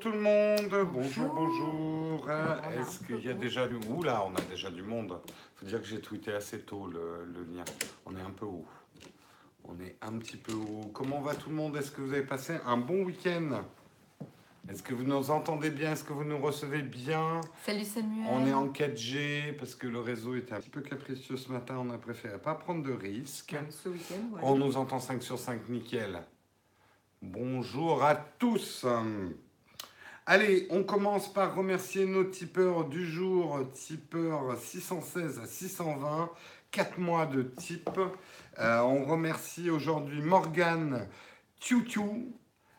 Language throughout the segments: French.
tout le monde. Bonjour, Bonjour. bonjour. On a Est-ce un qu'il y a peu déjà du... Oula, on a déjà du monde. Faut dire que j'ai tweeté assez tôt le lien. On est un peu haut. On est un petit peu haut. Comment va tout le monde? Est-ce que vous avez passé un bon week-end? Est-ce que vous nous entendez bien? Est-ce que vous nous recevez bien? Salut On est Samuel. en 4G parce que le réseau était un petit peu capricieux ce matin. On a préféré pas prendre de risques. Même ce week-end, On ouais. nous entend 5 sur 5, nickel. Bonjour à tous. Allez, on commence par remercier nos tipeurs du jour, tipeurs 616 à 620, 4 mois de type. On remercie aujourd'hui Morgane, Tiou,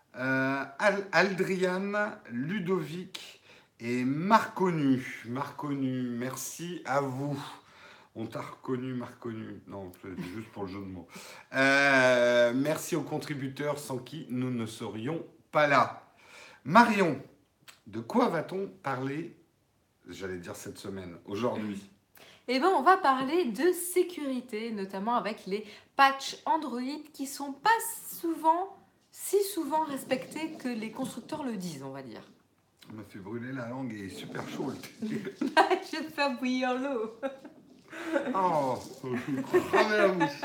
Aldriane, Ludovic et Marconu. Marconu, merci à vous. On t'a reconnu, Marconu. Non, c'est juste pour le jeu de mots. Merci aux contributeurs sans qui nous ne serions pas là. Marion, de quoi va-t-on parler, j'allais dire cette semaine, aujourd'hui? Eh ben, on va parler de sécurité, notamment avec les patchs Android qui sont pas si souvent respectés que les constructeurs le disent, on va dire. Ça m'a fait brûler la langue et super chaud. Je vais te faire bouillir l'eau. Oh, cramé la bouche.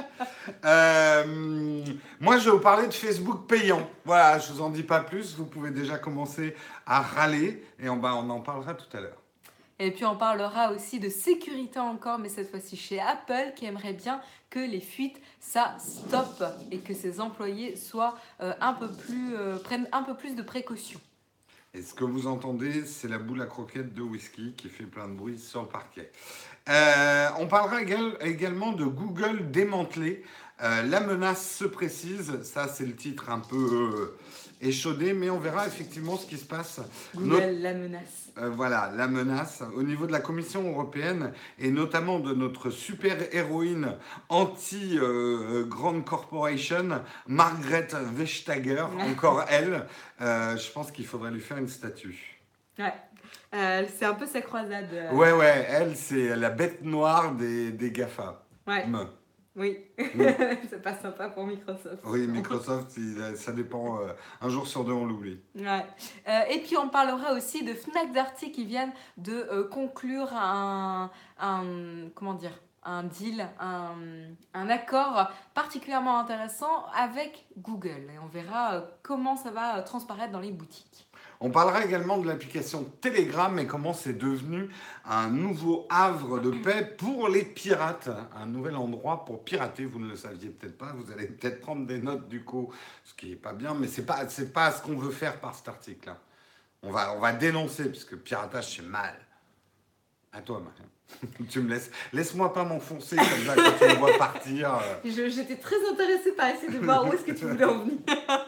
Moi, je vais vous parler de Facebook payant. Voilà, je vous en dis pas plus. Vous pouvez déjà commencer à râler et on en parlera tout à l'heure. Et puis on parlera aussi de sécurité encore, mais cette fois-ci chez Apple, qui aimerait bien que les fuites, ça stoppe et que ses employés soient prennent un peu plus de précautions. Et ce que vous entendez, c'est la boule à croquettes de whisky qui fait plein de bruit sur le parquet. On parlera également de Google démantelé. La menace se précise. Ça, c'est le titre un peu échaudé, mais on verra effectivement ce qui se passe. Google, la menace. Voilà, la menace au niveau de la Commission européenne et notamment de notre super-héroïne anti-grande corporation, Margrethe Vestager, encore elle. Je pense qu'il faudrait lui faire une statue. Ouais, c'est un peu sa croisade. Ouais, elle, c'est la bête noire des GAFA. Ouais, Me. oui, c'est pas sympa pour Microsoft. Oui, Microsoft, ça dépend. Un jour sur deux, on l'oublie. Ouais. Et puis on parlera aussi de Fnac Darty qui viennent de conclure comment dire, un deal, un accord particulièrement intéressant avec Google. Et on verra comment ça va transparaître dans les boutiques. On parlera également de l'application Telegram et comment c'est devenu un nouveau havre de paix pour les pirates. Un nouvel endroit pour pirater, vous ne le saviez peut-être pas, vous allez peut-être prendre des notes du coup, ce qui n'est pas bien, mais c'est pas ce qu'on veut faire par cet article-là. On va dénoncer, puisque piratage c'est mal. À toi, Marianne. Tu me laisses. Laisse-moi pas m'enfoncer comme ça quand tu me vois partir. J'étais très intéressée par essayer de voir où est-ce que tu voulais en venir.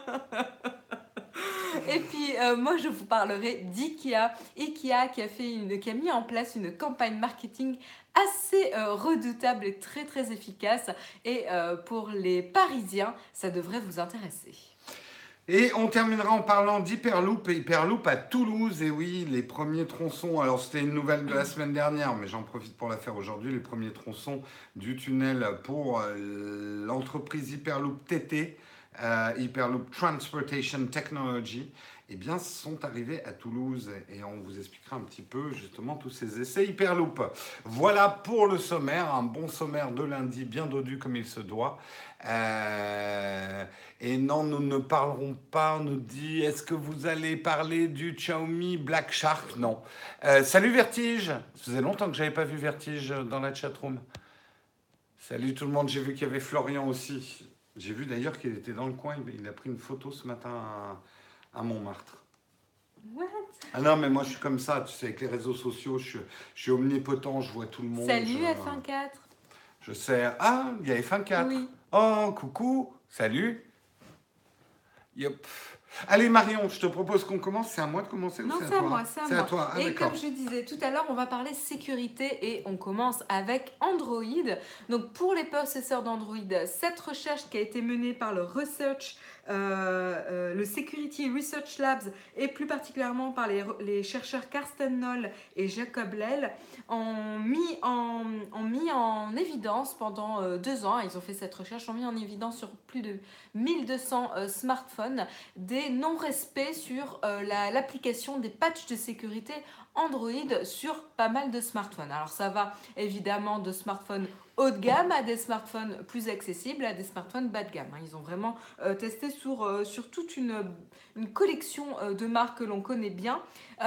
Et puis moi je vous parlerai d'IKEA. IKEA qui a mis en place une campagne marketing assez redoutable et très très efficace. Et pour les Parisiens, ça devrait vous intéresser. Et on terminera en parlant d'Hyperloop et Hyperloop à Toulouse. Et oui, les premiers tronçons, alors c'était une nouvelle de la semaine dernière, mais j'en profite pour la faire aujourd'hui, les premiers tronçons du tunnel pour l'entreprise Hyperloop TT, Hyperloop Transportation Technology, eh bien, sont arrivés à Toulouse et on vous expliquera un petit peu justement tous ces essais Hyperloop. Voilà pour le sommaire, un bon sommaire de lundi, bien dodu comme il se doit. Et non, nous ne parlerons pas, on nous dit, est-ce que vous allez parler du Xiaomi Black Shark? Non. Salut Vertige, ça faisait longtemps que j'avais pas vu Vertige dans la chatroom. Salut tout le monde, j'ai vu qu'il y avait Florian aussi. J'ai vu d'ailleurs qu'il était dans le coin, il a pris une photo ce matin à Montmartre. What? Ah non, mais moi je suis comme ça, tu sais, avec les réseaux sociaux, je suis omnipotent, je vois tout le monde. Salut F1.4. Je sais. Ah, il y a F1.4. Oui. Oh, coucou, salut. Yep. Allez Marion, je te propose qu'on commence. C'est à moi de commencer ou Non, c'est à c'est à toi? moi, c'est à C'est à moi. toi. Ah, Et d'accord. comme je disais tout à l'heure, on va parler sécurité et on commence avec Android. Donc pour les possesseurs d'Android, cette recherche qui a été menée par le Research le Security Research Labs et plus particulièrement par les chercheurs Karsten Noll et Jacob Lell ont mis en évidence pendant 2 ans, ils ont fait cette recherche, ont mis en évidence sur plus de 1200 smartphones des non-respects sur l'application des patchs de sécurité Android sur pas mal de smartphones. Alors ça va évidemment de smartphones haut de gamme à des smartphones plus accessibles, à des smartphones bas de gamme. Ils ont vraiment testé sur toute une collection de marques que l'on connaît bien.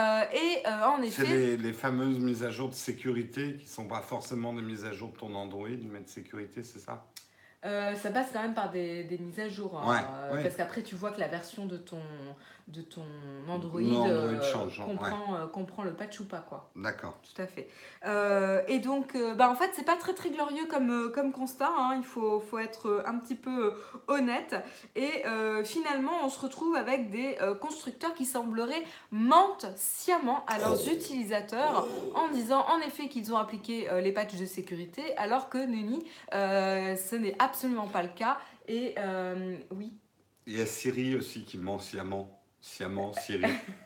En C'est effet... les fameuses mises à jour de sécurité qui ne sont pas forcément des mises à jour de ton Android, mais de sécurité, c'est ça? Ça passe quand même par des mises à jour, Ouais, ouais. parce qu'après tu vois que la version de ton Android, Android change, comprend le patch ou pas, quoi. D'accord. Tout à fait. Et donc, en fait, c'est pas très très glorieux comme constat, hein. Il faut être un petit peu honnête. Et finalement, on se retrouve avec des constructeurs qui sembleraient mentent sciemment à leurs utilisateurs en disant en effet qu'ils ont appliqué les patchs de sécurité, alors que nenni, ce n'est absolument pas le cas. Et oui. Il y a Siri aussi qui ment sciemment. Sciemment, Siri.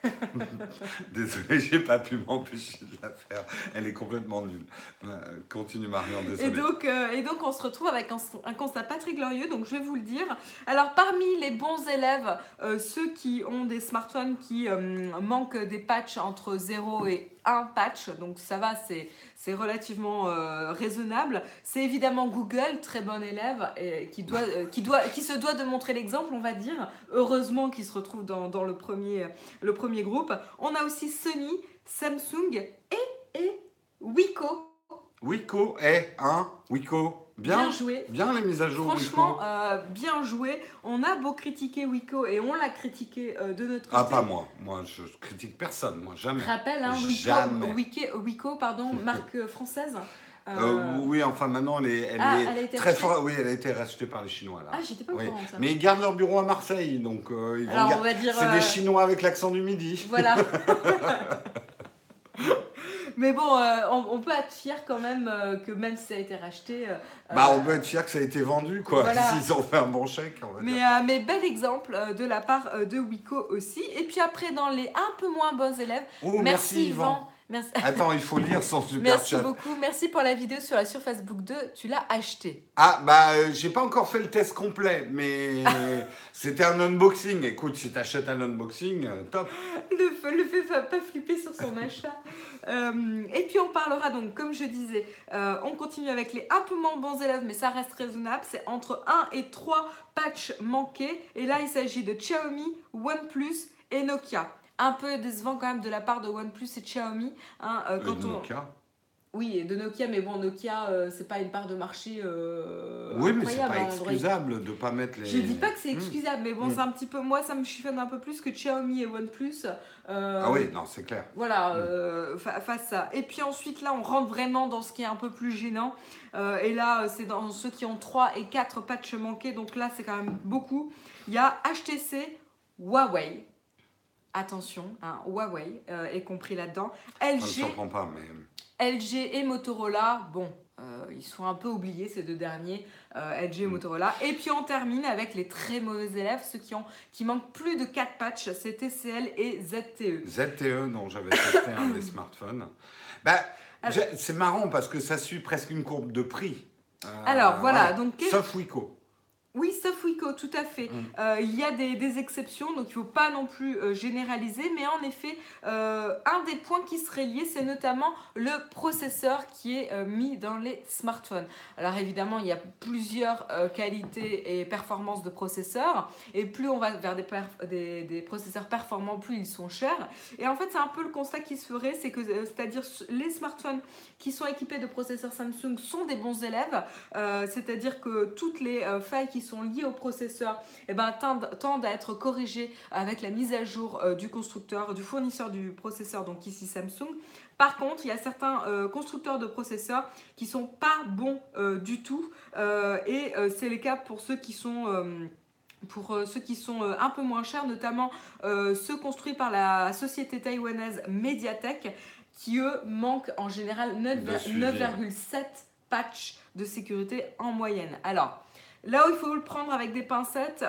Désolé, j'ai pas pu m'empêcher de la faire. Elle est complètement nulle. Continue Marion, désolé. Et donc on se retrouve avec un constat pas très glorieux, donc je vais vous le dire. Alors parmi les bons élèves, ceux qui ont des smartphones qui manquent des patchs entre 0 et 1 patch, donc ça va, c'est relativement raisonnable. C'est évidemment Google, très bon élève, et qui se doit de montrer l'exemple, on va dire. Heureusement qu'il se retrouve dans le premier groupe. On a aussi Sony, Samsung et Wiko. Wiko, Wiko. Bien joué. Bien les mises à jour. Franchement, bien joué. On a beau critiquer Wiko et on l'a critiqué de notre côté. Ah, pas moi. Moi, je critique personne. Moi, jamais. Rappelle, hein, Wiko, marque française. Oui, enfin maintenant, elle est très forte. Oui, elle a été rachetée par les Chinois. Là. Ah, j'étais pas au courant de ça. Mais ils gardent leur bureau à Marseille, donc ils vont on va dire. C'est des Chinois avec l'accent du Midi. Voilà. Mais bon, on peut être fier quand même que même si ça a été racheté... on peut être fier que ça a été vendu, quoi. Voilà. S'ils ont fait un bon chèque, on va dire. Mais bel exemple de la part de Wiko aussi. Et puis après, dans les un peu moins bons élèves... merci Yvan. Merci. Attends, il faut lire son super chat. Merci beaucoup. Merci pour la vidéo sur la Surface Book 2. Tu l'as acheté. Ah, j'ai pas encore fait le test complet, mais c'était un unboxing. Écoute, si t'achètes un unboxing, top. Le fait pas flipper sur son achat. Et puis on parlera donc, comme je disais, on continue avec les un peu moins bons élèves, mais ça reste raisonnable. C'est entre 1 et 3 patchs manqués. Et là, il s'agit de Xiaomi, OnePlus et Nokia. Un peu décevant quand même de la part de OnePlus et Xiaomi. Hein, Nokia. Oui, et de Nokia, mais bon, Nokia, c'est pas une part de marché oui, mais c'est pas excusable de pas mettre les... Je dis pas que c'est excusable, mais bon, c'est un petit peu... Moi, ça me chiffonne un peu plus que Xiaomi et OnePlus. Ah oui, non, c'est clair. Voilà, face à ça. Et puis ensuite, là, on rentre vraiment dans ce qui est un peu plus gênant. Et là, c'est dans ceux qui ont 3 et 4 patchs manqués. Donc là, c'est quand même beaucoup. Il y a HTC, Huawei. Attention, hein, Huawei est compris là-dedans. LG, ça ne surprend pas, mais... LG et Motorola, bon, ils sont un peu oubliés ces deux derniers, LG et Motorola. Et puis on termine avec les très mauvais élèves, ceux qui manquent plus de 4 patchs, c'est TCL et ZTE. ZTE, dont j'avais testé un des smartphones. C'est marrant parce que ça suit presque une courbe de prix. Alors voilà, donc... Sauf Wiko. Oui, sauf Wiko, tout à fait. Il y a des exceptions, donc il ne faut pas non plus généraliser, mais en effet, un des points qui serait lié, c'est notamment le processeur qui est mis dans les smartphones. Alors évidemment, il y a plusieurs qualités et performances de processeurs, et plus on va vers des processeurs performants, plus ils sont chers. Et en fait, c'est un peu le constat qui se ferait, c'est-à-dire les smartphones qui sont équipés de processeurs Samsung sont des bons élèves, c'est-à-dire que toutes les failles qui sont liées au processeur tendent à être corrigées avec la mise à jour du constructeur, du fournisseur du processeur, donc ici Samsung. Par contre, il y a certains constructeurs de processeurs qui ne sont pas bons du tout, et c'est le cas pour ceux qui sont... un peu moins chers, notamment ceux construits par la société taïwanaise Mediatek, qui eux manquent en général 9,7 patchs de sécurité en moyenne. Alors, Là où il faut le prendre avec des pincettes,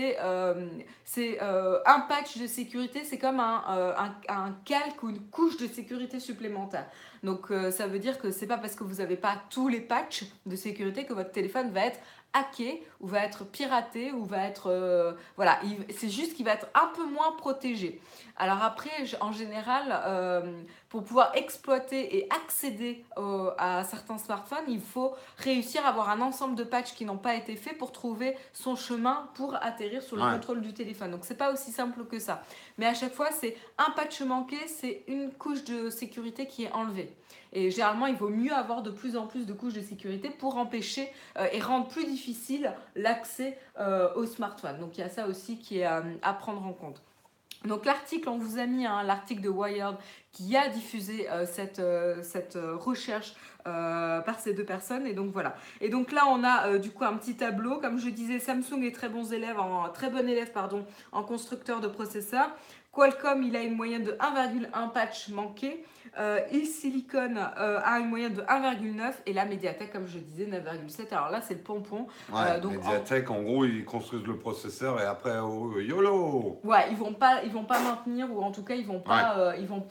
c'est un patch de sécurité, c'est comme un calque ou une couche de sécurité supplémentaire. Donc ça veut dire que c'est pas parce que vous n'avez pas tous les patchs de sécurité que votre téléphone va être hacké ou va être piraté ou va être voilà, c'est juste qu'il va être un peu moins protégé. Alors après, en général, pour pouvoir exploiter et accéder à certains smartphones, il faut réussir à avoir un ensemble de patchs qui n'ont pas été faits pour trouver son chemin pour atterrir sur le Ouais. contrôle du téléphone. Donc c'est pas aussi simple que ça. Mais à chaque fois, c'est un patch manqué, c'est une couche de sécurité qui est enlevée. Et généralement, il vaut mieux avoir de plus en plus de couches de sécurité pour empêcher et rendre plus difficile l'accès au smartphone. Donc il y a ça aussi qui est à prendre en compte. Donc l'article, on vous a mis l'article de Wired qui a diffusé cette recherche par ces deux personnes. Et donc voilà. Et donc là, on a du coup un petit tableau. Comme je disais, Samsung est très bon élève en constructeur de processeurs. Qualcomm, il a une moyenne de 1,1 patch manqué. Silicon a une moyenne de 1,9 et la Mediatek, comme je disais, 9,7. Alors là, c'est le pompon. Ouais, Mediatek, en gros, ils construisent le processeur et après, oh, YOLO! Ouais, ils vont pas maintenir ou en tout cas ils vont pas,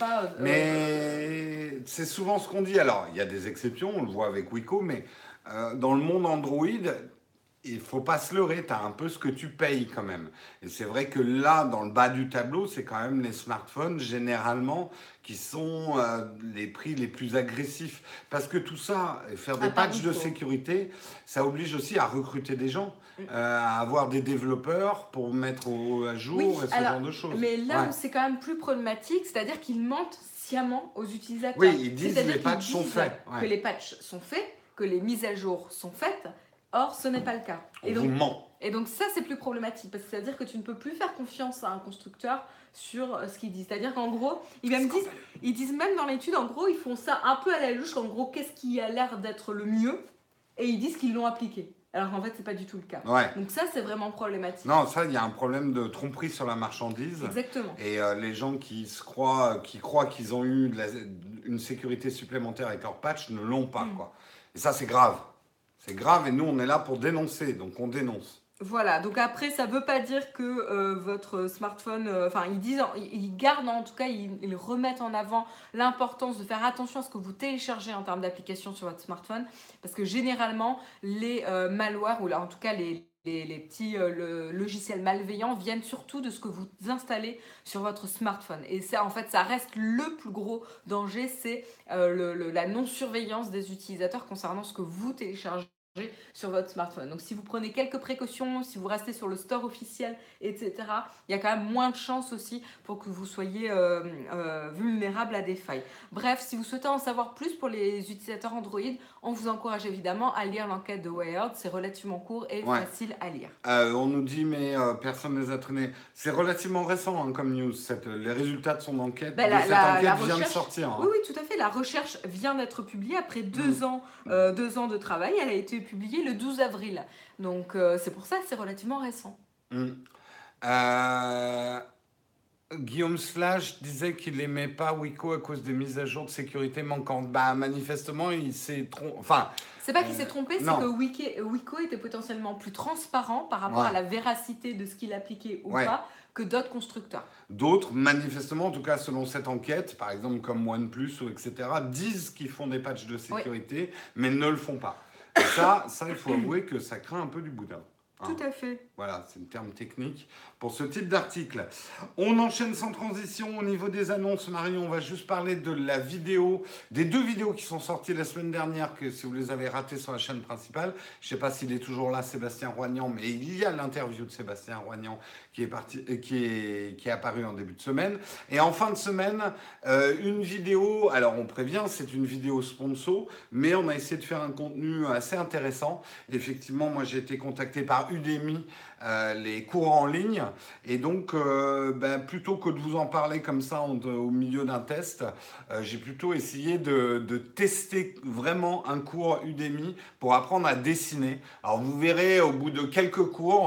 Mais c'est souvent ce qu'on dit. Alors, il y a des exceptions, on le voit avec Wiko, mais dans le monde Android, il faut pas se leurrer, tu as un peu ce que tu payes quand même. Et c'est vrai que là, dans le bas du tableau, c'est quand même les smartphones, généralement, qui sont les prix les plus agressifs. Parce que tout ça, et faire des part patchs de Wiko. sécurité, ça oblige aussi à recruter des gens, à avoir des développeurs pour mettre à jour Oui, et ce alors, genre de choses. mais là Ouais. où c'est quand même plus problématique, c'est-à-dire qu'ils mentent sciemment aux utilisateurs. Oui, ils disent C'est-à-dire les patchs qu'ils sont disent faits. que Ouais. les patchs sont faits, que les mises à jour sont faites. Or, ce n'est pas le cas. On vous ment. Et donc ça, c'est plus problématique parce que ça veut dire que tu ne peux plus faire confiance à un constructeur sur ce qu'il dit. C'est-à-dire qu'en gros, ils disent même dans l'étude, en gros, ils font ça un peu à la louche. En gros, qu'est-ce qui a l'air d'être le mieux? Et ils disent qu'ils l'ont appliqué. Alors qu'en fait, c'est pas du tout le cas. Ouais. Donc ça, c'est vraiment problématique. Non, ça, il y a un problème de tromperie sur la marchandise. Exactement. Et les gens qui croient qu'ils ont eu une sécurité supplémentaire avec leur patch ne l'ont pas, quoi. Et ça, c'est grave. C'est grave et nous, on est là pour dénoncer, donc on dénonce. Voilà, donc après, ça veut pas dire que votre smartphone, ils gardent en tout cas, ils remettent en avant l'importance de faire attention à ce que vous téléchargez en termes d'applications sur votre smartphone, parce que généralement, les malwares, ou là, en tout cas les petits logiciels malveillants viennent surtout de ce que vous installez sur votre smartphone. Et ça, en fait, ça reste le plus gros danger, c'est la non-surveillance des utilisateurs concernant ce que vous téléchargez sur votre smartphone. Donc si vous prenez quelques précautions, si vous restez sur le store officiel, etc., il y a quand même moins de chances aussi pour que vous soyez vulnérable à des failles. Bref, si vous souhaitez en savoir plus pour les utilisateurs Android, on vous encourage évidemment à lire l'enquête de Wired. C'est relativement court et facile à lire. On nous dit, mais personne ne les a traînés. C'est relativement récent hein, comme news. Les résultats de son enquête, cette enquête vient de sortir. Hein. Oui, oui, tout à fait. La recherche vient d'être publiée après 2 ans de travail. Elle a été publiée le 12 avril. Donc c'est pour ça que c'est relativement récent. Guillaume Slash disait qu'il n'aimait pas Wiko à cause des mises à jour de sécurité manquantes. Bah, manifestement, il s'est trompé. Enfin, c'est pas qu'il s'est trompé, c'est non. que Wiko était potentiellement plus transparent par rapport à la véracité de ce qu'il appliquait ou pas que d'autres constructeurs. D'autres, manifestement, en tout cas selon cette enquête, par exemple comme OnePlus ou etc., disent qu'ils font des patchs de sécurité, mais ne le font pas. Et ça, il faut avouer que ça craint un peu du boudin. Tout à fait. Voilà, c'est le terme technique pour ce type d'article. On enchaîne sans transition au niveau des annonces. Marion, on va juste parler de la vidéo, des 2 vidéos qui sont sorties la semaine dernière, que si vous les avez ratées sur la chaîne principale, je ne sais pas s'il est toujours là, Sébastien Roignan, mais il y a l'interview de Sébastien Roignan qui est apparue en début de semaine. Et en fin de semaine, une vidéo, alors on prévient, c'est une vidéo sponsor, mais on a essayé de faire un contenu assez intéressant. Effectivement, moi j'ai été contacté par Udemy, les cours en ligne, et donc plutôt que de vous en parler comme ça au milieu d'un test, j'ai plutôt essayé de tester vraiment un cours Udemy pour apprendre à dessiner. Alors vous verrez au bout de quelques cours,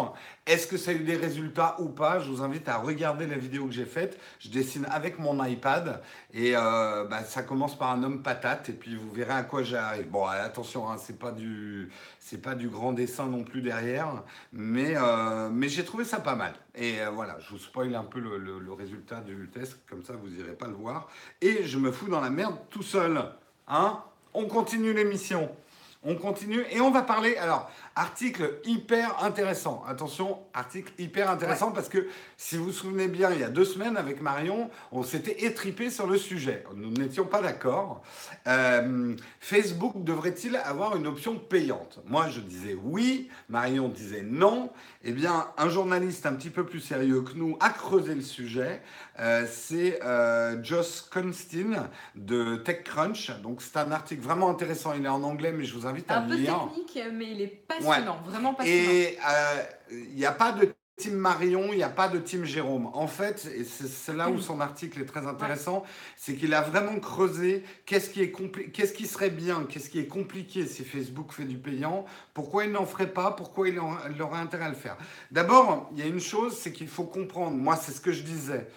Est-ce que ça a eu des résultats ou pas? Je vous invite à regarder la vidéo que j'ai faite. Je dessine avec mon iPad et ça commence par un homme patate et puis vous verrez à quoi j'arrive. Bon, attention, hein, c'est pas du grand dessin non plus derrière, mais j'ai trouvé ça pas mal. Et voilà, je vous spoil un peu le résultat du test, comme ça vous irez pas le voir. Et je me fous dans la merde tout seul. Hein? On continue l'émission. On continue et on va parler, alors, article hyper intéressant. Attention, article hyper intéressant parce que si vous vous souvenez bien, il y a 2 semaines avec Marion, on s'était étripé sur le sujet. Nous n'étions pas d'accord. Facebook devrait-il avoir une option payante? Moi, je disais oui, Marion disait non. Eh bien, un journaliste un petit peu plus sérieux que nous a creusé le sujet. C'est Josh Constantine de TechCrunch. Donc, c'est un article vraiment intéressant. Il est en anglais, mais je vous invite à Un le peu lire. technique, mais il est passionnant, vraiment passionnant. Et il n'y a pas de team Marion, il n'y a pas de team Jérôme. En fait, et c'est là où son article est très intéressant, c'est qu'il a vraiment creusé qu'est-ce qui serait bien, qu'est-ce qui est compliqué si Facebook fait du payant, pourquoi il n'en ferait pas, pourquoi il aurait intérêt à le faire. D'abord, il y a une chose, c'est qu'il faut comprendre, moi c'est ce que je disais,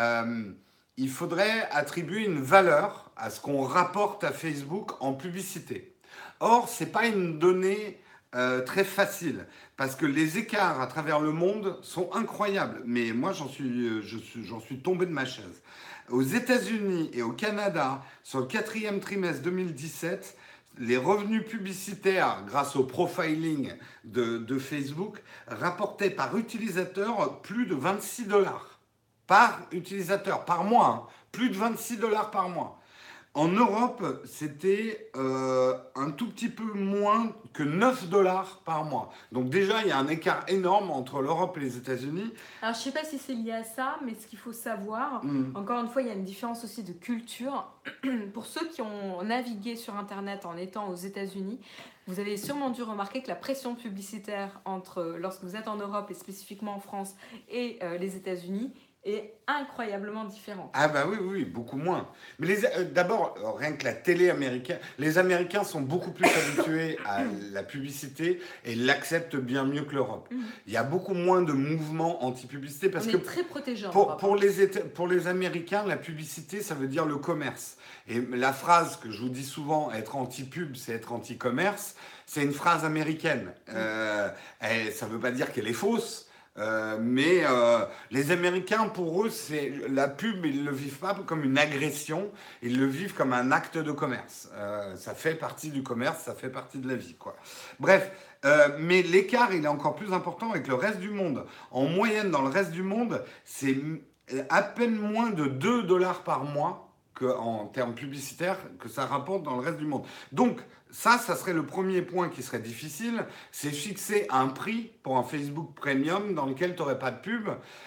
il faudrait attribuer une valeur à ce qu'on rapporte à Facebook en publicité. Or, ce n'est pas une donnée très facile parce que les écarts à travers le monde sont incroyables. Mais moi, j'en suis tombé de ma chaise. Aux États-Unis et au Canada, sur le 4e trimestre 2017, les revenus publicitaires grâce au profiling de Facebook rapportaient par utilisateur plus de 26 dollars par utilisateur, par mois. Hein. Plus de 26 dollars par mois. En Europe, c'était un tout petit peu moins que 9 dollars par mois. Donc déjà, il y a un écart énorme entre l'Europe et les États-Unis. Alors, je ne sais pas si c'est lié à ça, mais ce qu'il faut savoir, encore une fois, il y a une différence aussi de culture. Pour ceux qui ont navigué sur Internet en étant aux États-Unis, vous avez sûrement dû remarquer que la pression publicitaire entre, lorsque vous êtes en Europe et spécifiquement en France et les États-Unis, est incroyablement différente. Ah bah oui, beaucoup moins. Mais d'abord, rien que la télé américaine, les Américains sont beaucoup plus habitués à la publicité et l'acceptent bien mieux que l'Europe. Il y a beaucoup moins de mouvements anti-publicité parce que très protégés en pour Europe. les Américains, la publicité, ça veut dire le commerce. Et la phrase que je vous dis souvent, être anti-pub, c'est être anti-commerce, c'est une phrase américaine. Ça ne veut pas dire qu'elle est fausse. Mais les Américains, pour eux, c'est la pub, ils ne le vivent pas comme une agression, ils le vivent comme un acte de commerce. Ça fait partie du commerce, ça fait partie de la vie, quoi. Bref, mais l'écart, il est encore plus important avec le reste du monde. En moyenne, dans le reste du monde, c'est à peine moins de 2 dollars par mois en termes publicitaires que ça rapporte dans le reste du monde. Donc, ça serait le premier point qui serait difficile, c'est fixer un prix pour un Facebook Premium dans lequel tu n'aurais pas de pub.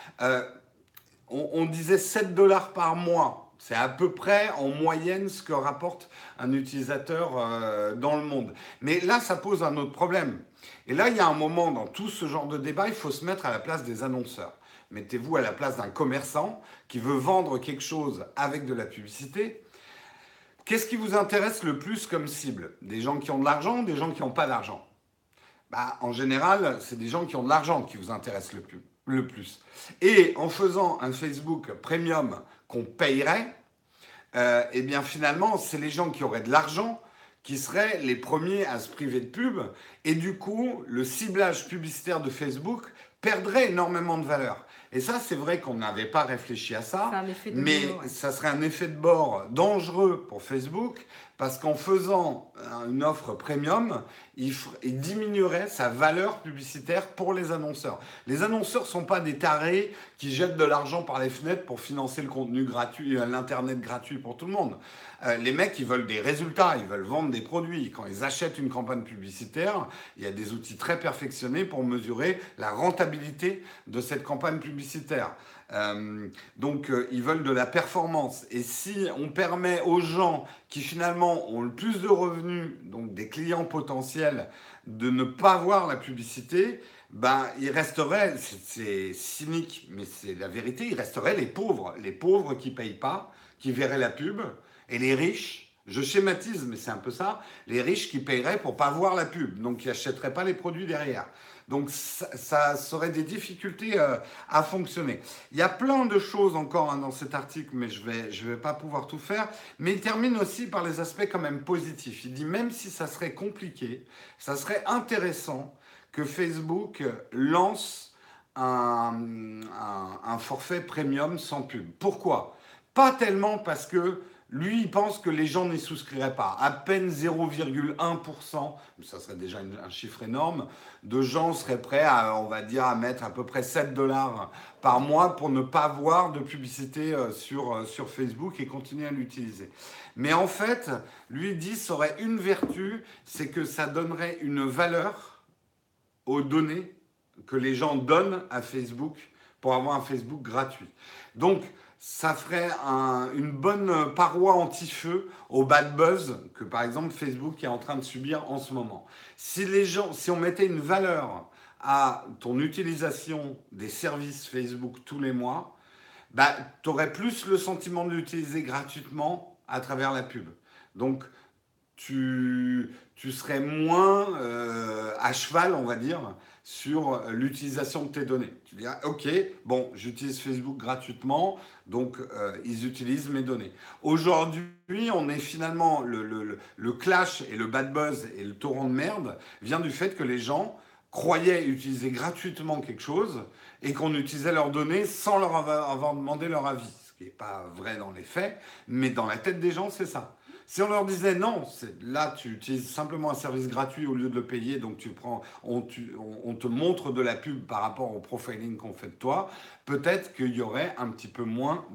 On disait 7 dollars par mois. C'est à peu près en moyenne ce que rapporte un utilisateur dans le monde. Mais là, ça pose un autre problème. Et là, il y a un moment dans tout ce genre de débat, il faut se mettre à la place des annonceurs. Mettez-vous à la place d'un commerçant qui veut vendre quelque chose avec de la publicité. Qu'est-ce qui vous intéresse le plus comme cible? Des gens qui ont de l'argent ou des gens qui n'ont pas d'argent? En général, c'est des gens qui ont de l'argent qui vous intéressent le plus. Et en faisant un Facebook Premium qu'on payerait, eh bien finalement, c'est les gens qui auraient de l'argent qui seraient les premiers à se priver de pub. Et du coup, le ciblage publicitaire de Facebook perdrait énormément de valeur. Et ça, c'est vrai qu'on n'avait pas réfléchi à ça, mais ça serait un effet de bord dangereux pour Facebook parce qu'en faisant une offre premium, il diminuerait sa valeur publicitaire pour les annonceurs. Les annonceurs ne sont pas des tarés qui jettent de l'argent par les fenêtres pour financer le contenu gratuit, l'Internet gratuit pour tout le monde. Les mecs, ils veulent des résultats, ils veulent vendre des produits. Quand ils achètent une campagne publicitaire, il y a des outils très perfectionnés pour mesurer la rentabilité de cette campagne publicitaire. Donc, ils veulent de la performance. Et si on permet aux gens qui finalement ont le plus de revenus, donc des clients potentiels, de ne pas voir la publicité, il resterait, c'est cynique, mais c'est la vérité, il resterait les pauvres qui ne payent pas, qui verraient la pub, et les riches, je schématise, mais c'est un peu ça, les riches qui paieraient pour ne pas voir la pub, donc qui n'achèteraient pas les produits derrière. Donc ça aurait des difficultés à fonctionner. Il y a plein de choses encore dans cet article, mais je vais pas pouvoir tout faire. Mais il termine aussi par les aspects quand même positifs. Il dit même si ça serait compliqué, ça serait intéressant que Facebook lance un forfait premium sans pub. Pourquoi? Pas tellement parce que lui, il pense que les gens n'y souscriraient pas. À peine 0,1%, ça serait déjà un chiffre énorme, de gens seraient prêts à, on va dire, à mettre à peu près 7 dollars par mois pour ne pas voir de publicité sur Facebook et continuer à l'utiliser. Mais en fait, lui dit, ça aurait une vertu, c'est que ça donnerait une valeur aux données que les gens donnent à Facebook pour avoir un Facebook gratuit. Donc, ça ferait une bonne paroi anti-feu au bad buzz que, par exemple, Facebook est en train de subir en ce moment. Si on mettait une valeur à ton utilisation des services Facebook tous les mois, bah, tu aurais plus le sentiment de l'utiliser gratuitement à travers la pub. Donc, tu serais moins à cheval, on va dire, sur l'utilisation de tes données. Tu dirais, ok, bon, j'utilise Facebook gratuitement, donc ils utilisent mes données. Aujourd'hui, on est finalement, le clash et le bad buzz et le torrent de merde vient du fait que les gens croyaient utiliser gratuitement quelque chose et qu'on utilisait leurs données sans leur avoir demandé leur avis. Ce qui n'est pas vrai dans les faits, mais dans la tête des gens, c'est ça. Si on leur disait non, là tu utilises simplement un service gratuit au lieu de le payer, donc on te montre de la pub par rapport au profiling qu'on fait de toi, peut-être qu'il y aurait un petit peu moins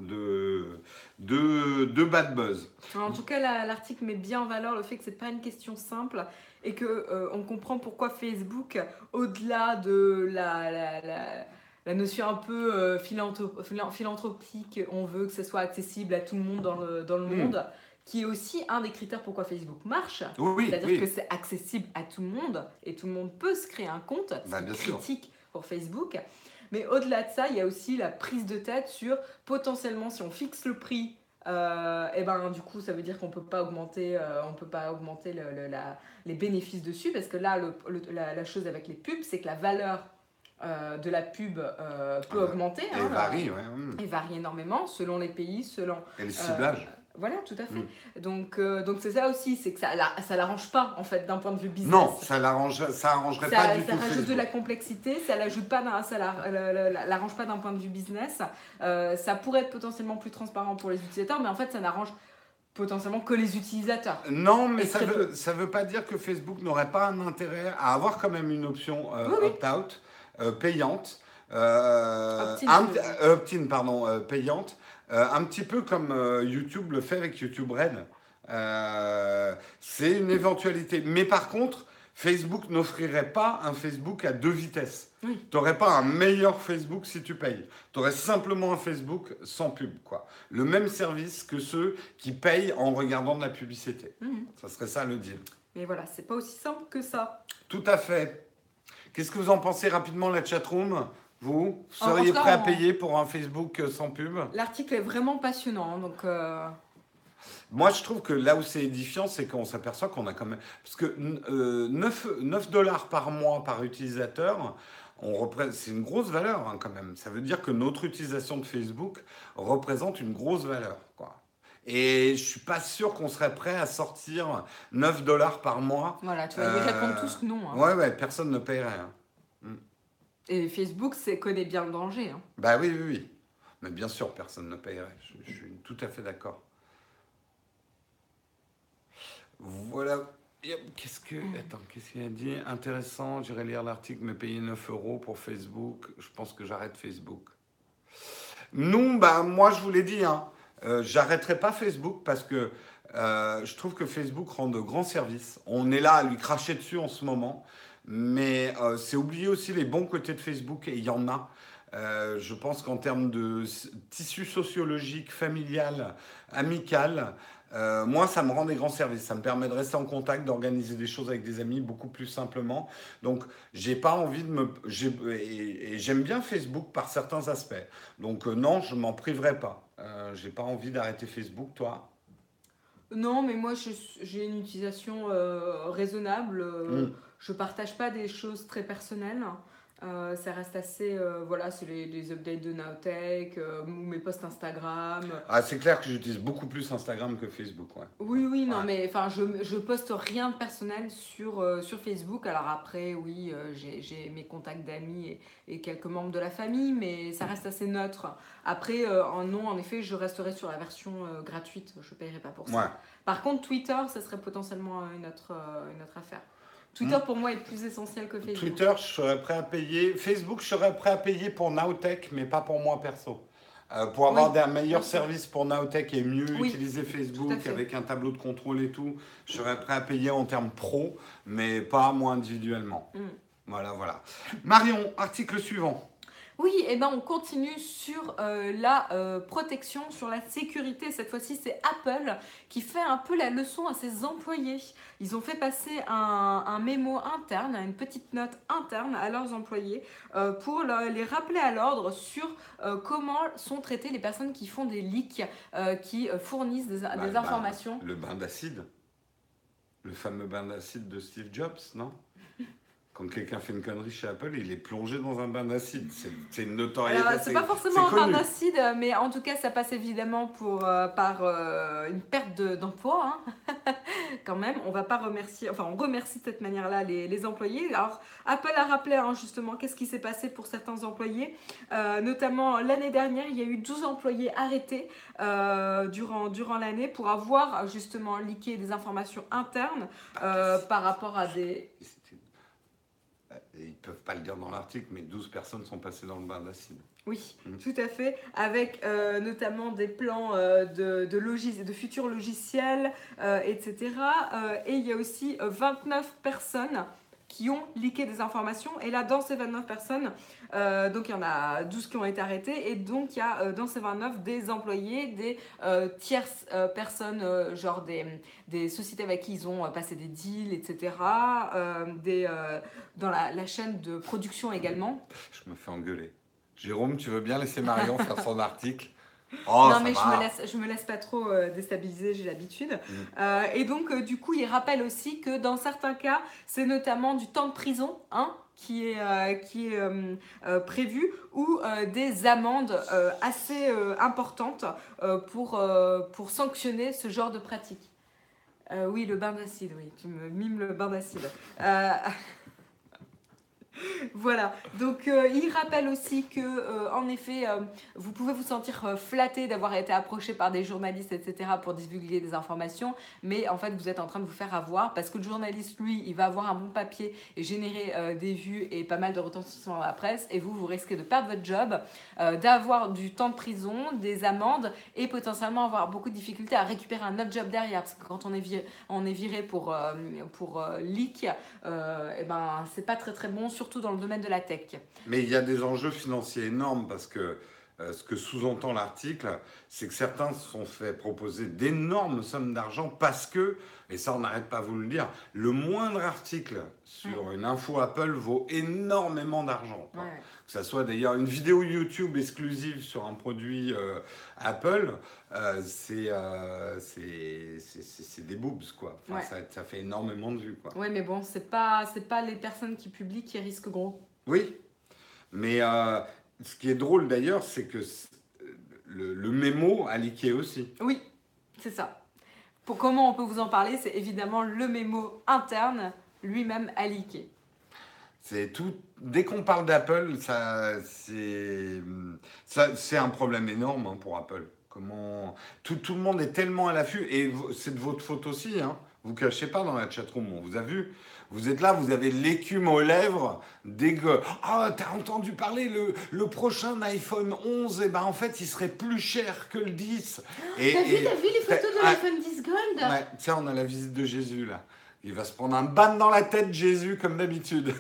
de bad buzz. En tout cas, l'article met bien en valeur le fait que c'est pas une question simple et que on comprend pourquoi Facebook, au-delà de la notion un peu philanthropique, on veut que ce soit accessible à tout le monde dans le monde, qui est aussi un des critères pourquoi Facebook marche. Oui, c'est-à-dire que c'est accessible à tout le monde et tout le monde peut se créer un compte. C'est critique pour Facebook. Mais au-delà de ça, il y a aussi la prise de tête sur potentiellement si on fixe le prix, et ben du coup ça veut dire qu'on peut pas augmenter, les bénéfices dessus, parce que là la chose avec les pubs, c'est que la valeur de la pub peut augmenter. Et varie énormément selon les pays, selon... Et les ciblages. Voilà, tout à fait. Donc c'est ça aussi, c'est que ça l'arrange pas en fait d'un point de vue business. Non, ça arrangerait pas du tout. Ça rajoute de la complexité, ça l'arrange pas d'un point de vue business. Ça pourrait être potentiellement plus transparent pour les utilisateurs, mais en fait ça n'arrange potentiellement que les utilisateurs. Non, mais ça veut pas dire que Facebook n'aurait pas un intérêt à avoir quand même une option opt-out payante. Opt-in, payante. Un petit peu comme YouTube le fait avec YouTube Red. C'est une éventualité. Mais par contre, Facebook n'offrirait pas un Facebook à 2 vitesses. Tu n'aurais pas un meilleur Facebook si tu payes. Tu aurais simplement un Facebook sans pub, quoi. Le même service que ceux qui payent en regardant de la publicité. Ça serait ça le deal. Mais voilà, c'est pas aussi simple que ça. Tout à fait. Qu'est-ce que vous en pensez rapidement, la chatroom ? Vous seriez prêt à payer pour un Facebook sans pub ? L'article est vraiment passionnant, donc... Moi, je trouve que là où c'est édifiant, c'est qu'on s'aperçoit qu'on a quand même... Parce que 9 dollars par mois par utilisateur, c'est une grosse valeur quand même. Ça veut dire que notre utilisation de Facebook représente une grosse valeur, quoi. Et je suis pas sûr qu'on serait prêt à sortir 9 dollars par mois. Voilà, tu vas y répondre tous non. Ouais, personne ne paierait. Et Facebook connaît bien le danger. Bah oui. Mais bien sûr, personne ne paierait. Je suis tout à fait d'accord. Voilà. Qu'est-ce qu'il a dit ? Intéressant, j'irai lire l'article, mais payer 9 € pour Facebook, je pense que j'arrête Facebook. Non, moi je vous l'ai dit, j'arrêterai pas Facebook parce que je trouve que Facebook rend de grands services. On est là à lui cracher dessus en ce moment, mais c'est oublier aussi les bons côtés de Facebook, et il y en a. Je pense qu'en termes de tissu sociologique, familial, amical, moi, ça me rend des grands services. Ça me permet de rester en contact, d'organiser des choses avec des amis beaucoup plus simplement. Donc, j'ai pas envie et j'aime bien Facebook par certains aspects. Donc, non, je m'en priverai pas. J'ai pas envie d'arrêter Facebook, toi ? Non, mais moi, j'ai une utilisation raisonnable. je partage pas des choses très personnelles. Ça reste assez, voilà, c'est les updates de Nowtech, ou mes posts Instagram. Ah, c'est clair que j'utilise beaucoup plus Instagram que Facebook, ouais. Oui, oui, non, Ouais. mais enfin, je poste rien de personnel sur Facebook. Alors après, oui, j'ai mes contacts d'amis et quelques membres de la famille, mais ça reste assez neutre. Après, non, en effet, je resterai sur la version gratuite. Je ne paierai pas pour ça. Ouais. Par contre, Twitter, ça serait potentiellement une autre affaire. Twitter, pour moi, est plus essentiel que Facebook. Twitter, je serais prêt à payer. Facebook, je serais prêt à payer pour Nowtech, mais pas pour moi perso. Pour avoir Oui, un meilleur bien sûr. service pour Nowtech et mieux Oui, utiliser tout à Facebook fait. avec un tableau de contrôle et tout, je serais prêt à payer en termes pro, mais pas moi individuellement. Voilà, voilà. Marion, article suivant. Oui, et ben on continue sur la protection, sur la sécurité. Cette fois-ci, c'est Apple qui fait un peu la leçon à ses employés. Ils ont fait passer un mémo interne, une petite note interne à leurs employés pour les rappeler à l'ordre sur comment sont traitées les personnes qui font des leaks, qui fournissent des informations. Le bain d'acide. Le fameux bain d'acide de Steve Jobs, non? Quand quelqu'un fait une connerie chez Apple, il est plongé dans un bain d'acide. C'est une notoriété. Alors, c'est pas forcément un bain d'acide, mais en tout cas, ça passe évidemment par une perte d'emploi. Hein. Quand même, on va pas remercier, enfin, on remercie de cette manière-là les employés. Alors, Apple a rappelé justement qu'est-ce qui s'est passé pour certains employés. Notamment, l'année dernière, il y a eu 12 employés arrêtés durant l'année pour avoir justement leaké des informations internes par rapport à des... Ils ne peuvent pas le dire dans l'article, mais 12 personnes sont passées dans le bain d'acide. Oui, tout à fait, avec notamment des plans de futurs logiciels, etc. Et il y a aussi 29 personnes qui ont leaké des informations. Et là, dans ces 29 personnes, donc il y en a 12 qui ont été arrêtés. Et donc, il y a dans ces 29 des employés, des tierces personnes, genre des sociétés avec qui ils ont passé des deals, etc. Dans la chaîne de production également. Je me fais engueuler. Jérôme, tu veux bien laisser Marion faire son article? Oh, non, mais je me laisse pas trop déstabiliser, j'ai l'habitude. Et donc, du coup, il rappelle aussi que dans certains cas, c'est notamment du temps de prison qui est prévu ou des amendes assez importantes pour sanctionner ce genre de pratique. Oui, le bain d'acide, oui, tu me mimes le bain d'acide. Voilà, donc il rappelle aussi que, en effet, vous pouvez vous sentir flatté d'avoir été approché par des journalistes, etc., pour divulguer des informations, mais en fait, vous êtes en train de vous faire avoir parce que le journaliste, lui, il va avoir un bon papier et générer des vues et pas mal de retentissement dans la presse, et vous risquez de perdre votre job, d'avoir du temps de prison, des amendes et potentiellement avoir beaucoup de difficultés à récupérer un autre job derrière, parce que quand on est viré pour leak, et ben, c'est pas très très bon, surtout dans le domaine de la tech. Mais il y a des enjeux financiers énormes parce que ce que sous-entend l'article, c'est que certains se sont fait proposer d'énormes sommes d'argent parce que, et ça on n'arrête pas de vous le dire, le moindre article sur une info Apple vaut énormément d'argent. Ouais. Que ça soit d'ailleurs une vidéo YouTube exclusive sur un produit Apple, c'est des boobs, quoi. Enfin, ça fait énormément de vues, quoi. Ouais, mais bon, c'est pas les personnes qui publient qui risquent gros. Oui, mais ce qui est drôle d'ailleurs, c'est que le mémo a leaké aussi. Oui, c'est ça. Pour comment on peut vous en parler, c'est évidemment le mémo interne lui-même a leaké. C'est tout. Dès qu'on parle d'Apple, c'est un problème énorme pour Apple. Comment tout le monde est tellement à l'affût, et c'est de votre faute aussi. Vous cachez pas dans la chatroom, on vous a vu. Vous êtes là, vous avez l'écume aux lèvres dès que t'as entendu parler le prochain iPhone 11, et ben en fait il serait plus cher que le 10. T'as vu les photos de l'iPhone 10 Gold? Ouais, tiens, on a la visite de Jésus là. Il va se prendre un ban dans la tête, Jésus, comme d'habitude.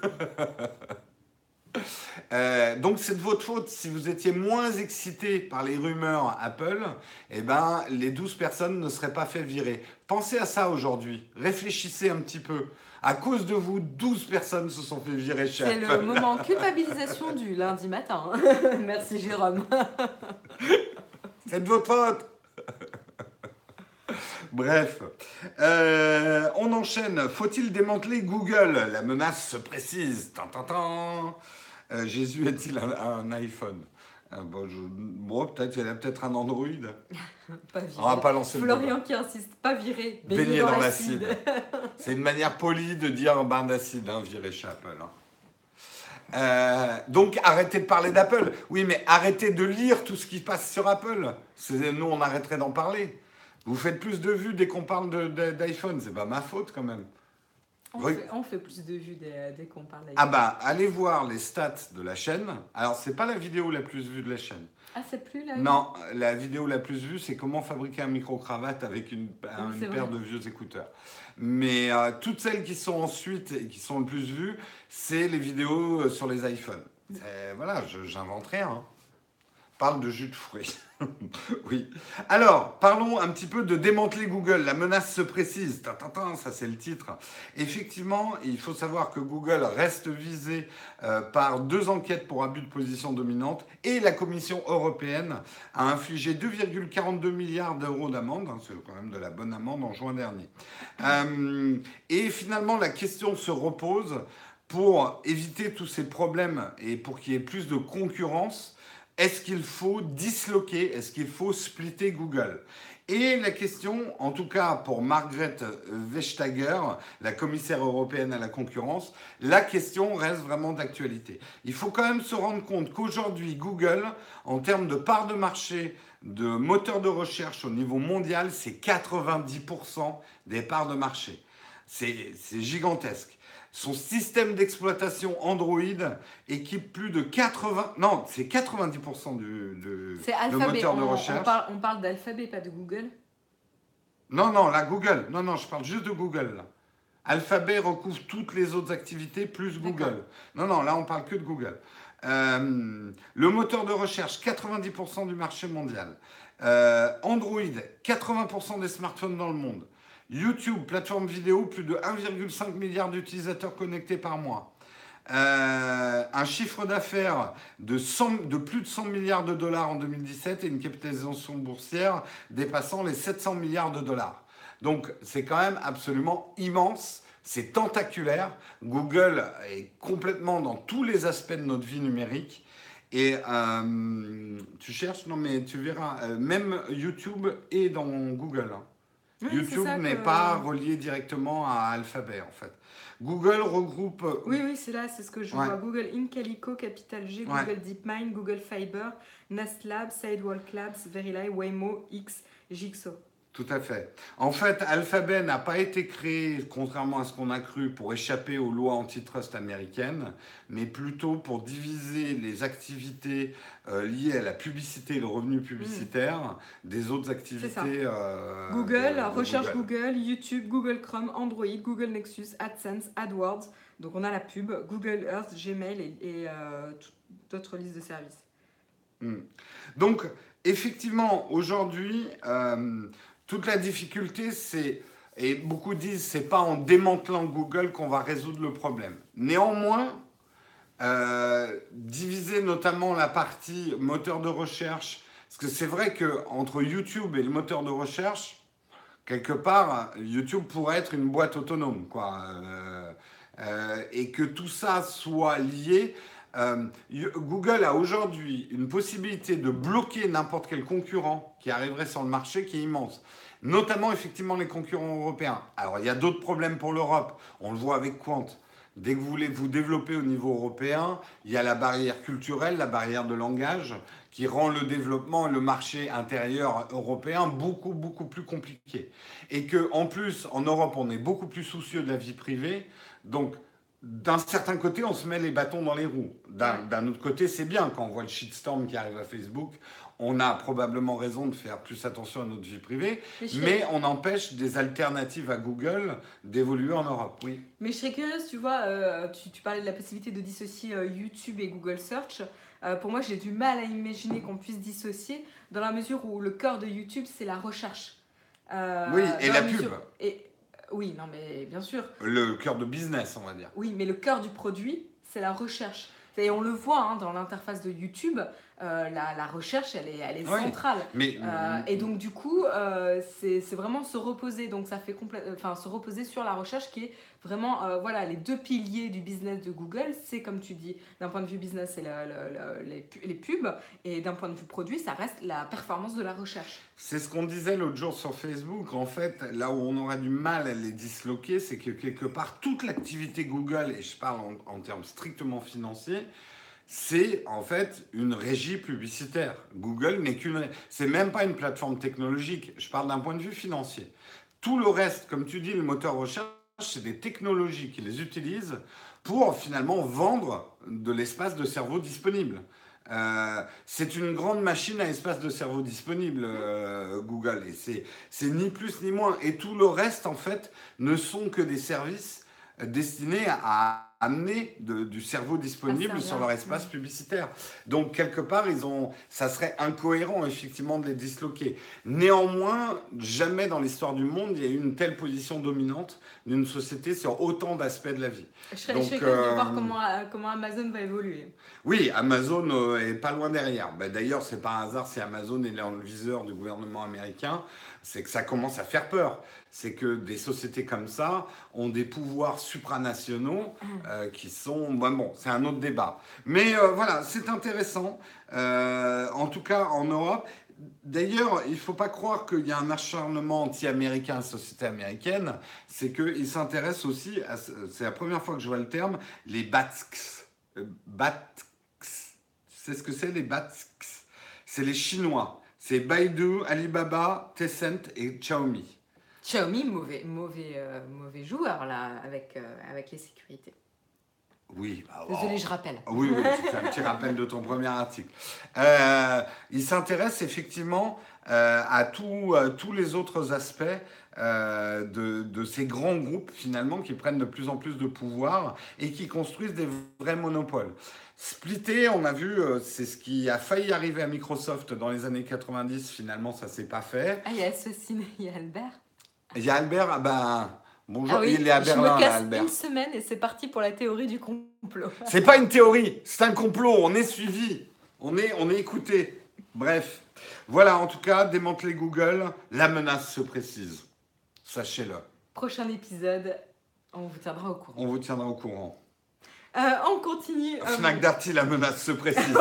Donc c'est de votre faute. Si vous étiez moins excité par les rumeurs Apple, eh ben, les 12 personnes ne seraient pas fait virer. Pensez à ça aujourd'hui. Réfléchissez un petit peu. À cause de vous, 12 personnes se sont fait virer chez Apple. C'est le moment culpabilisation du lundi matin. Merci Jérôme. C'est de votre faute. Bref, on enchaîne. Faut-il démanteler Google? La menace se précise. Tan, tan, tan. Jésus est-il un iPhone? Bon, peut-être, il a peut-être un Android. Pas On va viré. pas lancer le débat. Florian qui insiste, pas viré, Baigné dans l'acide. l'acide. C'est une manière polie de dire un bain d'acide, hein, virer chez Apple. Hein. Donc arrêtez de parler d'Apple. Oui, mais arrêtez de lire tout ce qui passe sur Apple. Nous, on arrêterait d'en parler. Vous faites plus de vues dès qu'on parle d'iPhone. C'est pas ma faute quand même. On fait plus de vues dès qu'on parle Ah d'iPhone. bah, allez voir les stats de la chaîne. Alors, c'est pas la vidéo la plus vue de la chaîne. Ah, c'est plus là? Non, la vidéo la plus vue, c'est comment fabriquer un micro-cravate avec une c'est paire vrai. de vieux écouteurs. Mais toutes celles qui sont ensuite et qui sont le plus vues, c'est les vidéos sur les iPhones. Voilà, j'invente rien. Hein. Parle de jus de fruits. Oui. Alors, parlons un petit peu de démanteler Google. La menace se précise. Tintintin, ça, c'est le titre. Effectivement, il faut savoir que Google reste visé par 2 enquêtes pour abus de position dominante et la Commission européenne a infligé 2,42 milliards d'euros d'amende. Hein, c'est quand même de la bonne amende en juin dernier. Et finalement, la question se repose pour éviter tous ces problèmes et pour qu'il y ait plus de concurrence. Est-ce qu'il faut disloquer, est-ce qu'il faut splitter Google? Et la question, en tout cas pour Margrethe Vestager, la commissaire européenne à la concurrence, la question reste vraiment d'actualité. Il faut quand même se rendre compte qu'aujourd'hui, Google, en termes de part de marché de moteur de recherche au niveau mondial, c'est 90% des parts de marché. C'est gigantesque. Son système d'exploitation Android équipe plus de 80... Non, c'est 90% C'est de Alphabet. moteur de recherche. On parle d'Alphabet, pas de Google. Non, la Google. Non, je parle juste de Google. Là. Alphabet recouvre toutes les autres activités plus Google. Non, là, on parle que de Google. Le moteur de recherche, 90% du marché mondial. Android, 80% des smartphones dans le monde. YouTube, plateforme vidéo, plus de 1,5 milliard d'utilisateurs connectés par mois. Un chiffre d'affaires de plus de 100 milliards de dollars en 2017 et une capitalisation boursière dépassant les 700 milliards de dollars. Donc c'est quand même absolument immense, c'est tentaculaire. Google est complètement dans tous les aspects de notre vie numérique. Et tu cherches, non mais tu verras, même YouTube est dans Google. Hein. Oui, YouTube n'est pas relié directement à Alphabet en fait. Google regroupe. Oui, c'est là, c'est ce que je vois. Google Inc, Calico, Capital G, Google DeepMind, Google Fiber, Nest Labs, Sidewalk Labs, Verily, Waymo, X, Jigsaw. Tout à fait. En fait, Alphabet n'a pas été créé, contrairement à ce qu'on a cru, pour échapper aux lois antitrust américaines, mais plutôt pour diviser les activités liées à la publicité et le revenu publicitaire des autres activités. Google, recherche Google, YouTube, Google Chrome, Android, Google Nexus, AdSense, AdWords. Donc on a la pub, Google Earth, Gmail et d'autres listes de services. Donc, effectivement, aujourd'hui... toute la difficulté, c'est, et beaucoup disent, c'est pas en démantelant Google qu'on va résoudre le problème. Néanmoins, diviser notamment la partie moteur de recherche, parce que c'est vrai qu'entre YouTube et le moteur de recherche, quelque part, YouTube pourrait être une boîte autonome, quoi. Et que tout ça soit lié. Google a aujourd'hui une possibilité de bloquer n'importe quel concurrent qui arriverait sur le marché qui est immense. Notamment, effectivement, les concurrents européens. Alors, il y a d'autres problèmes pour l'Europe. On le voit avec Quant. Dès que vous voulez vous développer au niveau européen, il y a la barrière culturelle, la barrière de langage, qui rend le développement et le marché intérieur européen beaucoup, beaucoup plus compliqué. Et qu'en plus, en Europe, on est beaucoup plus soucieux de la vie privée. Donc, d'un certain côté, on se met les bâtons dans les roues. D'un autre côté, c'est bien. Quand on voit le shitstorm qui arrive à Facebook, on a probablement raison de faire plus attention à notre vie privée, mais on empêche des alternatives à Google d'évoluer en Europe, oui. Mais je serais curieuse, tu vois, tu parlais de la possibilité de dissocier YouTube et Google Search. Pour moi, j'ai du mal à imaginer qu'on puisse dissocier, dans la mesure où le cœur de YouTube, c'est la recherche. Oui, et la pub. Oui, non, mais bien sûr. Le cœur de business, on va dire. Oui, mais le cœur du produit, c'est la recherche. Et on le voit dans l'interface de YouTube, la recherche, elle est Oui, centrale. mais Et donc du coup, c'est vraiment se reposer. Donc ça fait enfin, se reposer sur la recherche qui est vraiment, voilà, les deux piliers du business de Google. C'est comme tu dis, d'un point de vue business, c'est les pubs, et d'un point de vue produit, ça reste la performance de la recherche. c'est ce qu'on disait l'autre jour sur Facebook. En fait, là où on aura du mal à les disloquer, c'est que quelque part, toute l'activité Google, et je parle en termes strictement financiers, c'est en fait une régie publicitaire. Google n'est c'est même pas une plateforme technologique. Je parle d'un point de vue financier. Tout le reste, comme tu dis, le moteur recherche, c'est des technologies qui les utilisent pour finalement vendre de l'espace de cerveau disponible. C'est une grande machine à espace de cerveau disponible, Google, et c'est ni plus ni moins. Et tout le reste, en fait, ne sont que des services destinés à amener du cerveau disponible sur leur espace publicitaire. Donc, quelque part, ça serait incohérent, effectivement, de les disloquer. Néanmoins, jamais dans l'histoire du monde, il y a eu une telle position dominante d'une société sur autant d'aspects de la vie. Je serais curieuse de voir comment Amazon va évoluer. Oui, Amazon est pas loin derrière. D'ailleurs, c'est pas un hasard si Amazon est dans le viseur du gouvernement américain, c'est que ça commence à faire peur. C'est que des sociétés comme ça ont des pouvoirs supranationaux qui sont... Bon, c'est un autre débat. Mais voilà, c'est intéressant. En tout cas, en Europe... D'ailleurs, il ne faut pas croire qu'il y a un acharnement anti-américain à la société américaine. C'est qu'ils s'intéressent aussi, c'est la première fois que je vois le terme, les BATX. BATX. C'est ce que c'est les BATX. C'est les Chinois. C'est Baidu, Alibaba, Tencent et Xiaomi. Xiaomi, mauvais joueur là, avec les sécurités. Oui. Désolé, je rappelle. Oui, c'est un petit rappel de ton premier article. Il s'intéresse effectivement à tous les autres aspects de ces grands groupes finalement qui prennent de plus en plus de pouvoir et qui construisent des vrais monopoles. Splitter, on a vu, c'est ce qui a failli arriver à Microsoft dans les années 90. Finalement, ça s'est pas fait. Ah, il y a ceci, il y a Albert. Il y a Albert, bonjour, ah oui, il est à Berlin, je me casse Albert. Une semaine et c'est parti pour la théorie du complot. C'est pas une théorie, c'est un complot. On est suivi, on est écouté. Bref, voilà, en tout cas, démanteler Google, la menace se précise. Sachez-le. Prochain épisode, on vous tiendra au courant. On vous tiendra au courant. On continue. Fnac Darty, la menace se précise.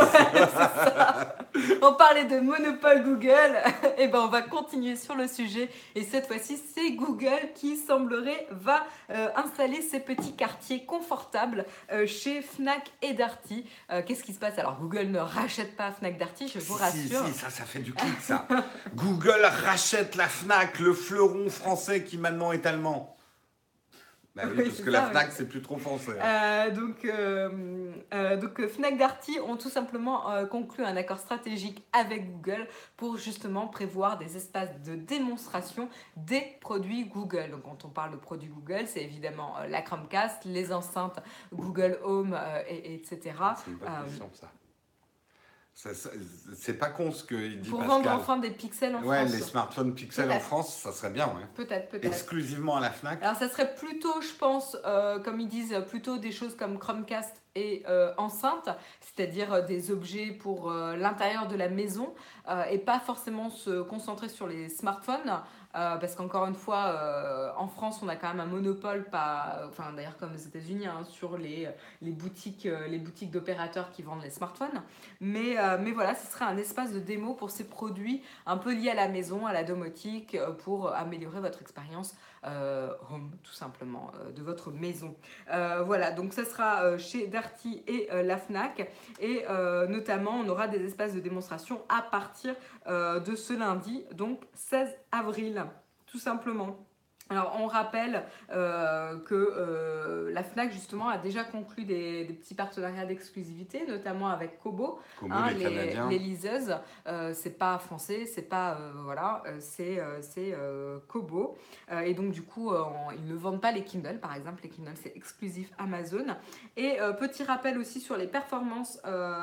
On parlait de monopole Google, et ben on va continuer sur le sujet. Et cette fois-ci, c'est Google qui semblerait va installer ses petits quartiers confortables chez Fnac et Darty. Qu'est-ce qui se passe? Alors Google ne rachète pas Fnac Darty, je vous rassure. Si, ça fait du clic, ça. Google rachète la Fnac, le fleuron français qui maintenant est allemand. Bah oui, parce que la Fnac, c'est plus trop français. Donc Fnac Darty ont tout simplement conclu un accord stratégique avec Google pour justement prévoir des espaces de démonstration des produits Google. Donc quand on parle de produits Google, c'est évidemment la Chromecast, les enceintes Google Home, etc. C'est une bonne question, ça. C'est pas con ce qu'il dit, pour Pascal. vendre enfin des Pixels en France. Ouais, les smartphones Pixel en France, ça serait bien, ouais. Peut-être. Exclusivement à la Fnac. Alors ça serait plutôt, je pense, comme ils disent, plutôt des choses comme Chromecast et enceinte, c'est-à-dire des objets pour l'intérieur de la maison et pas forcément se concentrer sur les smartphones. Parce qu'encore une fois, en France, on a quand même un monopole, d'ailleurs comme aux États-Unis, sur les boutiques d'opérateurs qui vendent les smartphones. Mais voilà, ce serait un espace de démo pour ces produits un peu liés à la maison, à la domotique, pour améliorer votre expérience home, tout simplement, de votre maison. Voilà, donc ça sera chez Darty et la Fnac. Et notamment, on aura des espaces de démonstration à partir de ce lundi, donc 16 avril, tout simplement. Alors, on rappelle que la Fnac, justement, a déjà conclu des petits partenariats d'exclusivité, notamment avec Kobo, les liseuses. C'est pas français, c'est pas... c'est Kobo. Et donc, du coup, ils ne vendent pas les Kindle, par exemple. Les Kindle, c'est exclusif Amazon. Et petit rappel aussi sur les performances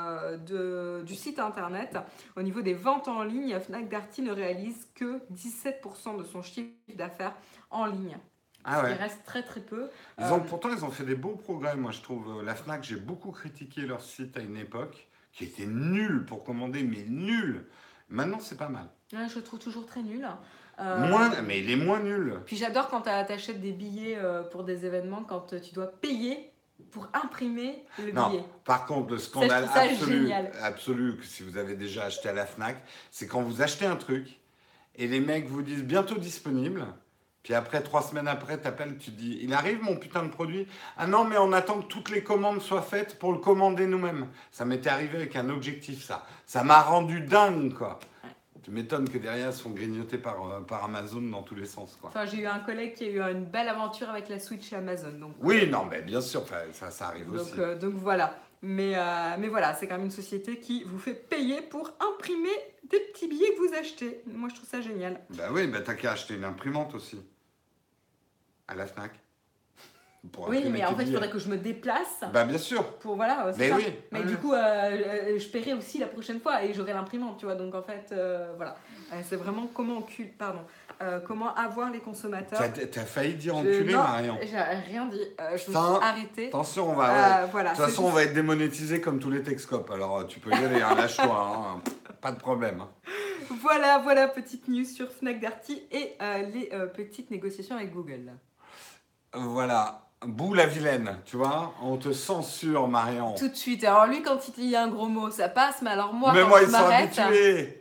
du site internet. Au niveau des ventes en ligne, Fnac Darty ne réalise que 17% de son chiffre d'affaires en ligne. Ah ouais. Il reste très très peu. Pourtant, ils ont fait des beaux progrès, moi je trouve. La Fnac, j'ai beaucoup critiqué leur site à une époque, qui était nul pour commander, mais nul. Maintenant, c'est pas mal. Ouais, je le trouve toujours très nul. Mais il est moins nul. Puis j'adore quand tu achètes des billets pour des événements, quand tu dois payer pour imprimer le Non, billet. par contre, le Ça, je scandale trouve ça génial. absolu, que si vous avez déjà acheté à la Fnac, c'est quand vous achetez un truc et les mecs vous disent bientôt disponible. Puis après, 3 semaines après, t'appelles, tu te dis, il arrive mon putain de produit? Ah non, mais on attend que toutes les commandes soient faites pour le commander nous-mêmes. Ça m'était arrivé avec un objectif, ça. Ça m'a rendu dingue, quoi. Tu m'étonnes que derrière, ils se font grignoter par Amazon dans tous les sens, quoi. Enfin, j'ai eu un collègue qui a eu une belle aventure avec la Switch chez Amazon. Donc, Oui, non, mais bien sûr, ça arrive aussi. donc voilà. Mais voilà, c'est quand même une société qui vous fait payer pour imprimer des petits billets que vous achetez. Moi, je trouve ça génial. Bah oui, bah t'as qu'à acheter une imprimante aussi. À la Fnac. Pour Oui, imprimer mais en tes fait, il billets. faudrait que je me déplace Bah bien sûr. pour voilà. C'est Mais ça. oui. Mais oui. du coup, je paierai aussi la prochaine fois et j'aurai l'imprimante, tu vois. Donc en fait, voilà. C'est vraiment comment avoir les consommateurs. T'as failli dire enculé, non, Marion. j'ai rien dit. Je me suis Enfin, arrêtée. Attention, on va. Voilà, De toute façon, on va être démonétisé comme tous les Texcopes. Alors tu peux y aller, hein, lâche-toi, hein. Pas de problème. Hein. Voilà, petite news sur Fnac Darty et les petites négociations avec Google. Voilà. Bouh la vilaine, tu vois. On te censure, Marion. Tout de suite. Alors lui, quand il dit un gros mot, ça passe. Mais alors moi, Mais quand moi, je ils sont m'arrête, habitués.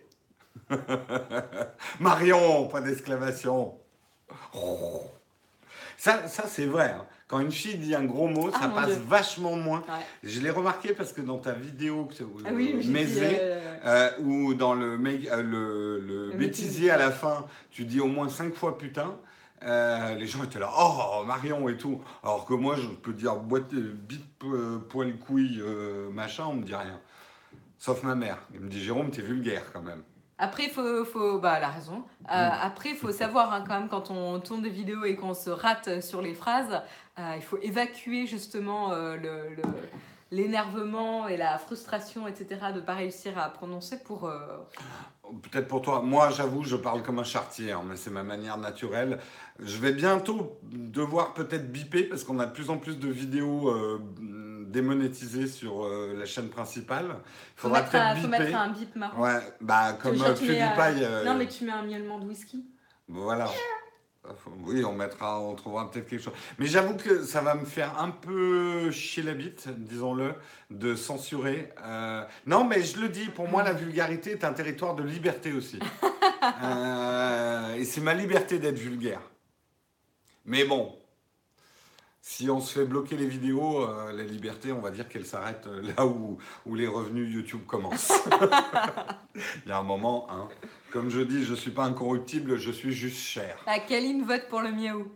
Marion, pas d'exclamation. Ça c'est vrai. Hein. Quand une fille dit un gros mot, Ah, ça mon passe Dieu. vachement moins. Ouais. Je l'ai remarqué parce que dans ta vidéo, Ah oui, j'ai dit, Mézé, ou dans le bêtisier à la fin, tu dis au moins 5 fois putain. Les gens étaient là, oh Marion et tout. Alors que moi, je peux dire bite, poil, couille, machin, on me dit rien. Sauf ma mère. Elle me dit Jérôme, t'es vulgaire quand même. Après, elle a raison. Après, il faut savoir hein, quand même quand on tourne des vidéos et qu'on se rate sur les phrases, il faut évacuer justement l'énervement et la frustration, etc. de ne pas réussir à prononcer pour. Peut-être pour toi. Moi, j'avoue, je parle comme un charretier, hein, mais c'est ma manière naturelle. Je vais bientôt devoir peut-être biper parce qu'on a de plus en plus de vidéos démonétisées sur la chaîne principale. Il faudra peut-être Faut biper. mettre un bip marron. Ouais, bah comme Tu mets, PewDiePie. Non, mais tu mets un miaulement de whisky. Voilà. Oui, on trouvera peut-être quelque chose. Mais j'avoue que ça va me faire un peu chier la bite, disons-le, de censurer. Non, mais je le dis, pour moi, la vulgarité est un territoire de liberté aussi. Et c'est ma liberté d'être vulgaire. Mais bon, si on se fait bloquer les vidéos, la liberté, on va dire qu'elle s'arrête là où les revenus YouTube commencent. Il y a un moment, hein. Comme je dis, je ne suis pas incorruptible, je suis juste cher. Kaline vote pour le miaou.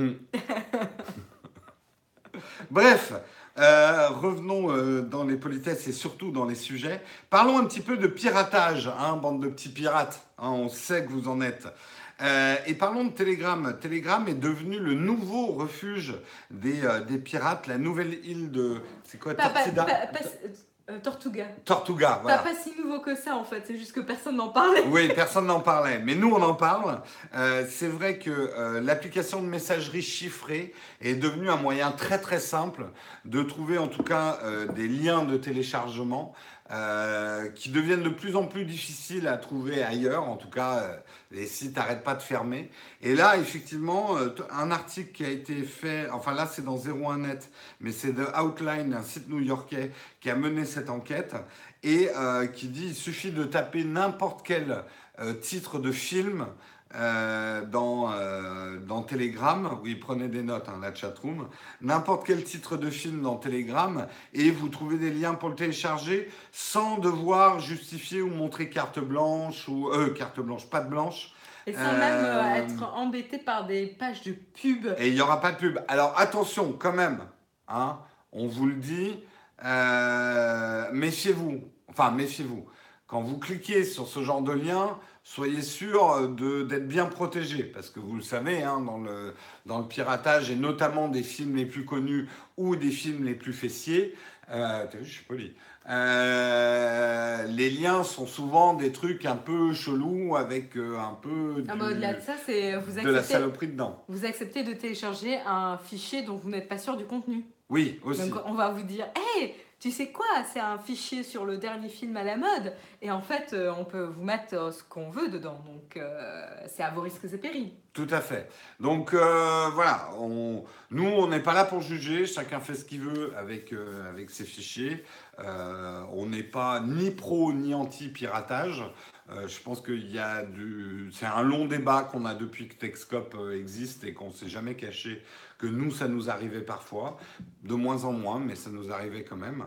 Bref, revenons dans les politesses et surtout dans les sujets. Parlons un petit peu de piratage, hein, bande de petits pirates. Hein, on sait que vous en êtes. Et parlons de Telegram. Telegram est devenu le nouveau refuge des pirates, la nouvelle île de... C'est quoi, Tortida Tortuga. Tortuga, voilà. Pas si nouveau que ça en fait, c'est juste que personne n'en parlait. Oui, personne n'en parlait, mais nous on en parle. C'est vrai que l'application de messagerie chiffrée est devenue un moyen très très simple de trouver en tout cas des liens de téléchargement qui deviennent de plus en plus difficiles à trouver ailleurs. En tout cas, les sites n'arrêtent pas de fermer. Et là, effectivement, un article qui a été fait, enfin là c'est dans 01net, mais c'est The Outline, un site new-yorkais qui a mené cette enquête et qui dit il suffit de taper n'importe quel titre de film dans Telegram, où il prenait des notes, hein, la chatroom, n'importe quel titre de film dans Telegram, et vous trouvez des liens pour le télécharger sans devoir justifier ou montrer carte blanche, pas de blanche. Et sans même être embêté par des pages de pub. Et il n'y aura pas de pub. Alors attention, quand même, hein, on vous le dit, méfiez-vous. Enfin, méfiez-vous. Quand vous cliquez sur ce genre de lien, soyez sûr d'être bien protégé. Parce que vous le savez, hein, dans le piratage, et notamment des films les plus connus ou des films les plus fessiers, t'as vu, je suis poli. Les liens sont souvent des trucs un peu chelous avec un peu au-delà de ça, c'est de la saloperie dedans. Vous acceptez de télécharger un fichier dont vous n'êtes pas sûr du contenu. Oui, aussi. Donc on va vous dire, hey, tu sais quoi, c'est un fichier sur le dernier film à la mode. Et en fait, on peut vous mettre ce qu'on veut dedans. Donc, c'est à vos risques et périls. Tout à fait. Donc voilà, nous, on n'est pas là pour juger, chacun fait ce qu'il veut avec ses fichiers. On n'est pas ni pro ni anti-piratage. Je pense c'est un long débat qu'on a depuis que Techscope existe et qu'on ne s'est jamais caché que nous, ça nous arrivait parfois, de moins en moins, mais ça nous arrivait quand même.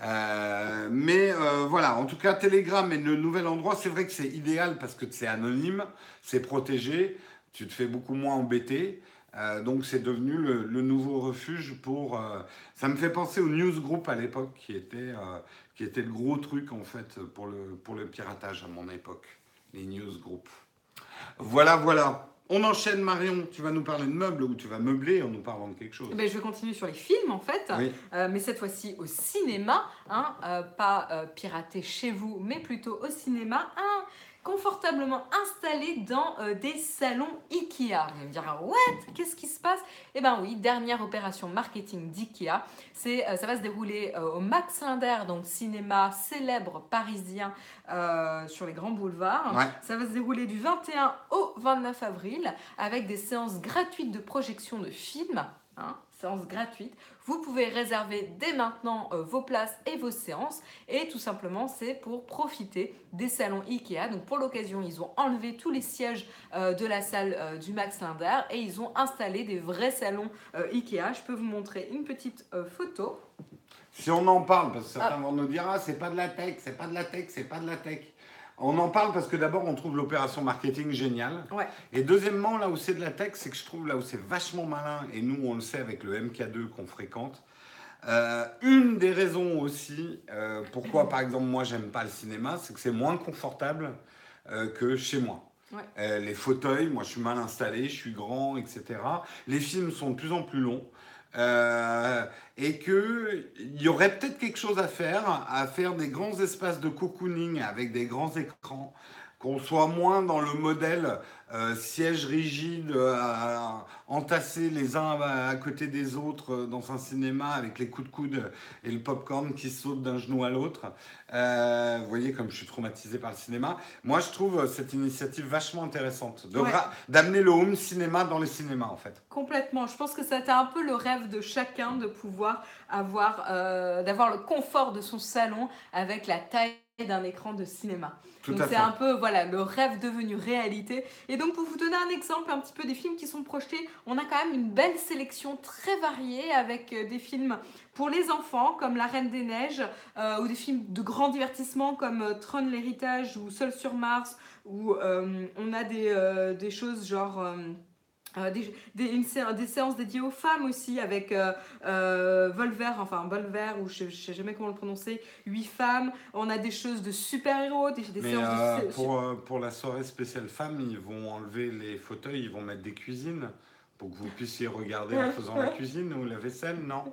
Voilà, en tout cas, Telegram est le nouvel endroit. C'est vrai que c'est idéal parce que c'est anonyme, c'est protégé. Tu te fais beaucoup moins embêter. Donc c'est devenu le nouveau refuge pour... ça me fait penser au newsgroup à l'époque qui était le gros truc en fait pour le piratage à mon époque. Les newsgroups. Voilà, voilà. On enchaîne Marion. Tu vas nous parler de meubles ou tu vas meubler en nous parlant de quelque chose. Eh ben, je vais continuer sur les films en fait, Oui. mais cette fois-ci au cinéma, hein, pas piraté chez vous, mais plutôt au cinéma, confortablement installé dans des salons Ikea. Vous allez me dire, what? Qu'est-ce qui se passe? Eh bien oui, dernière opération marketing d'Ikea. Ça va se dérouler au Max Linder, donc cinéma célèbre parisien sur les grands boulevards. Ouais. Ça va se dérouler du 21 au 29 avril avec des séances gratuites de projection de films. Séances gratuites. Vous pouvez réserver dès maintenant vos places et vos séances et tout simplement c'est pour profiter des salons Ikea. Donc pour l'occasion ils ont enlevé tous les sièges de la salle du Max Linder et ils ont installé des vrais salons Ikea. Je peux vous montrer une petite photo. Si on en parle, parce que certains vont nous dire c'est pas de la tech, c'est pas de la tech, c'est pas de la tech. On en parle parce que d'abord on trouve l'opération marketing géniale. Ouais. Et deuxièmement, là où c'est de la tech, c'est que je trouve là où c'est vachement malin, et nous on le sait avec le MK2 qu'on fréquente. Une des raisons aussi pourquoi par exemple moi j'aime pas le cinéma, c'est que c'est moins confortable que chez moi. Ouais. Les fauteuils, moi je suis mal installé, je suis grand, etc. Les films sont de plus en plus longs. Et qu'il y aurait peut-être quelque chose à faire des grands espaces de cocooning avec des grands écrans, qu'on soit moins dans le modèle siège rigide, entassés les uns à côté des autres dans un cinéma avec les coups de coude et le popcorn qui saute d'un genou à l'autre. Vous voyez comme je suis traumatisé par le cinéma. Moi je trouve cette initiative vachement intéressante d'amener le home cinéma dans les cinémas en fait. Complètement. Je pense que c'était un peu le rêve de chacun de pouvoir d'avoir le confort de son salon avec la taille d'un écran de cinéma. Donc c'est un peu le rêve devenu réalité. Et donc pour vous donner un exemple un petit peu des films qui sont projetés, on a quand même une belle sélection très variée avec des films pour les enfants comme La Reine des Neiges ou des films de grand divertissement comme Tron l'héritage ou Seul sur Mars où on a des choses genre... des séances dédiées aux femmes aussi avec Volver ou je sais jamais comment le prononcer, 8 femmes. On a des choses de super-héros, des séances pour la soirée spéciale femmes, ils vont enlever les fauteuils, ils vont mettre des cuisines pour que vous puissiez regarder en faisant la cuisine ou la vaisselle, non?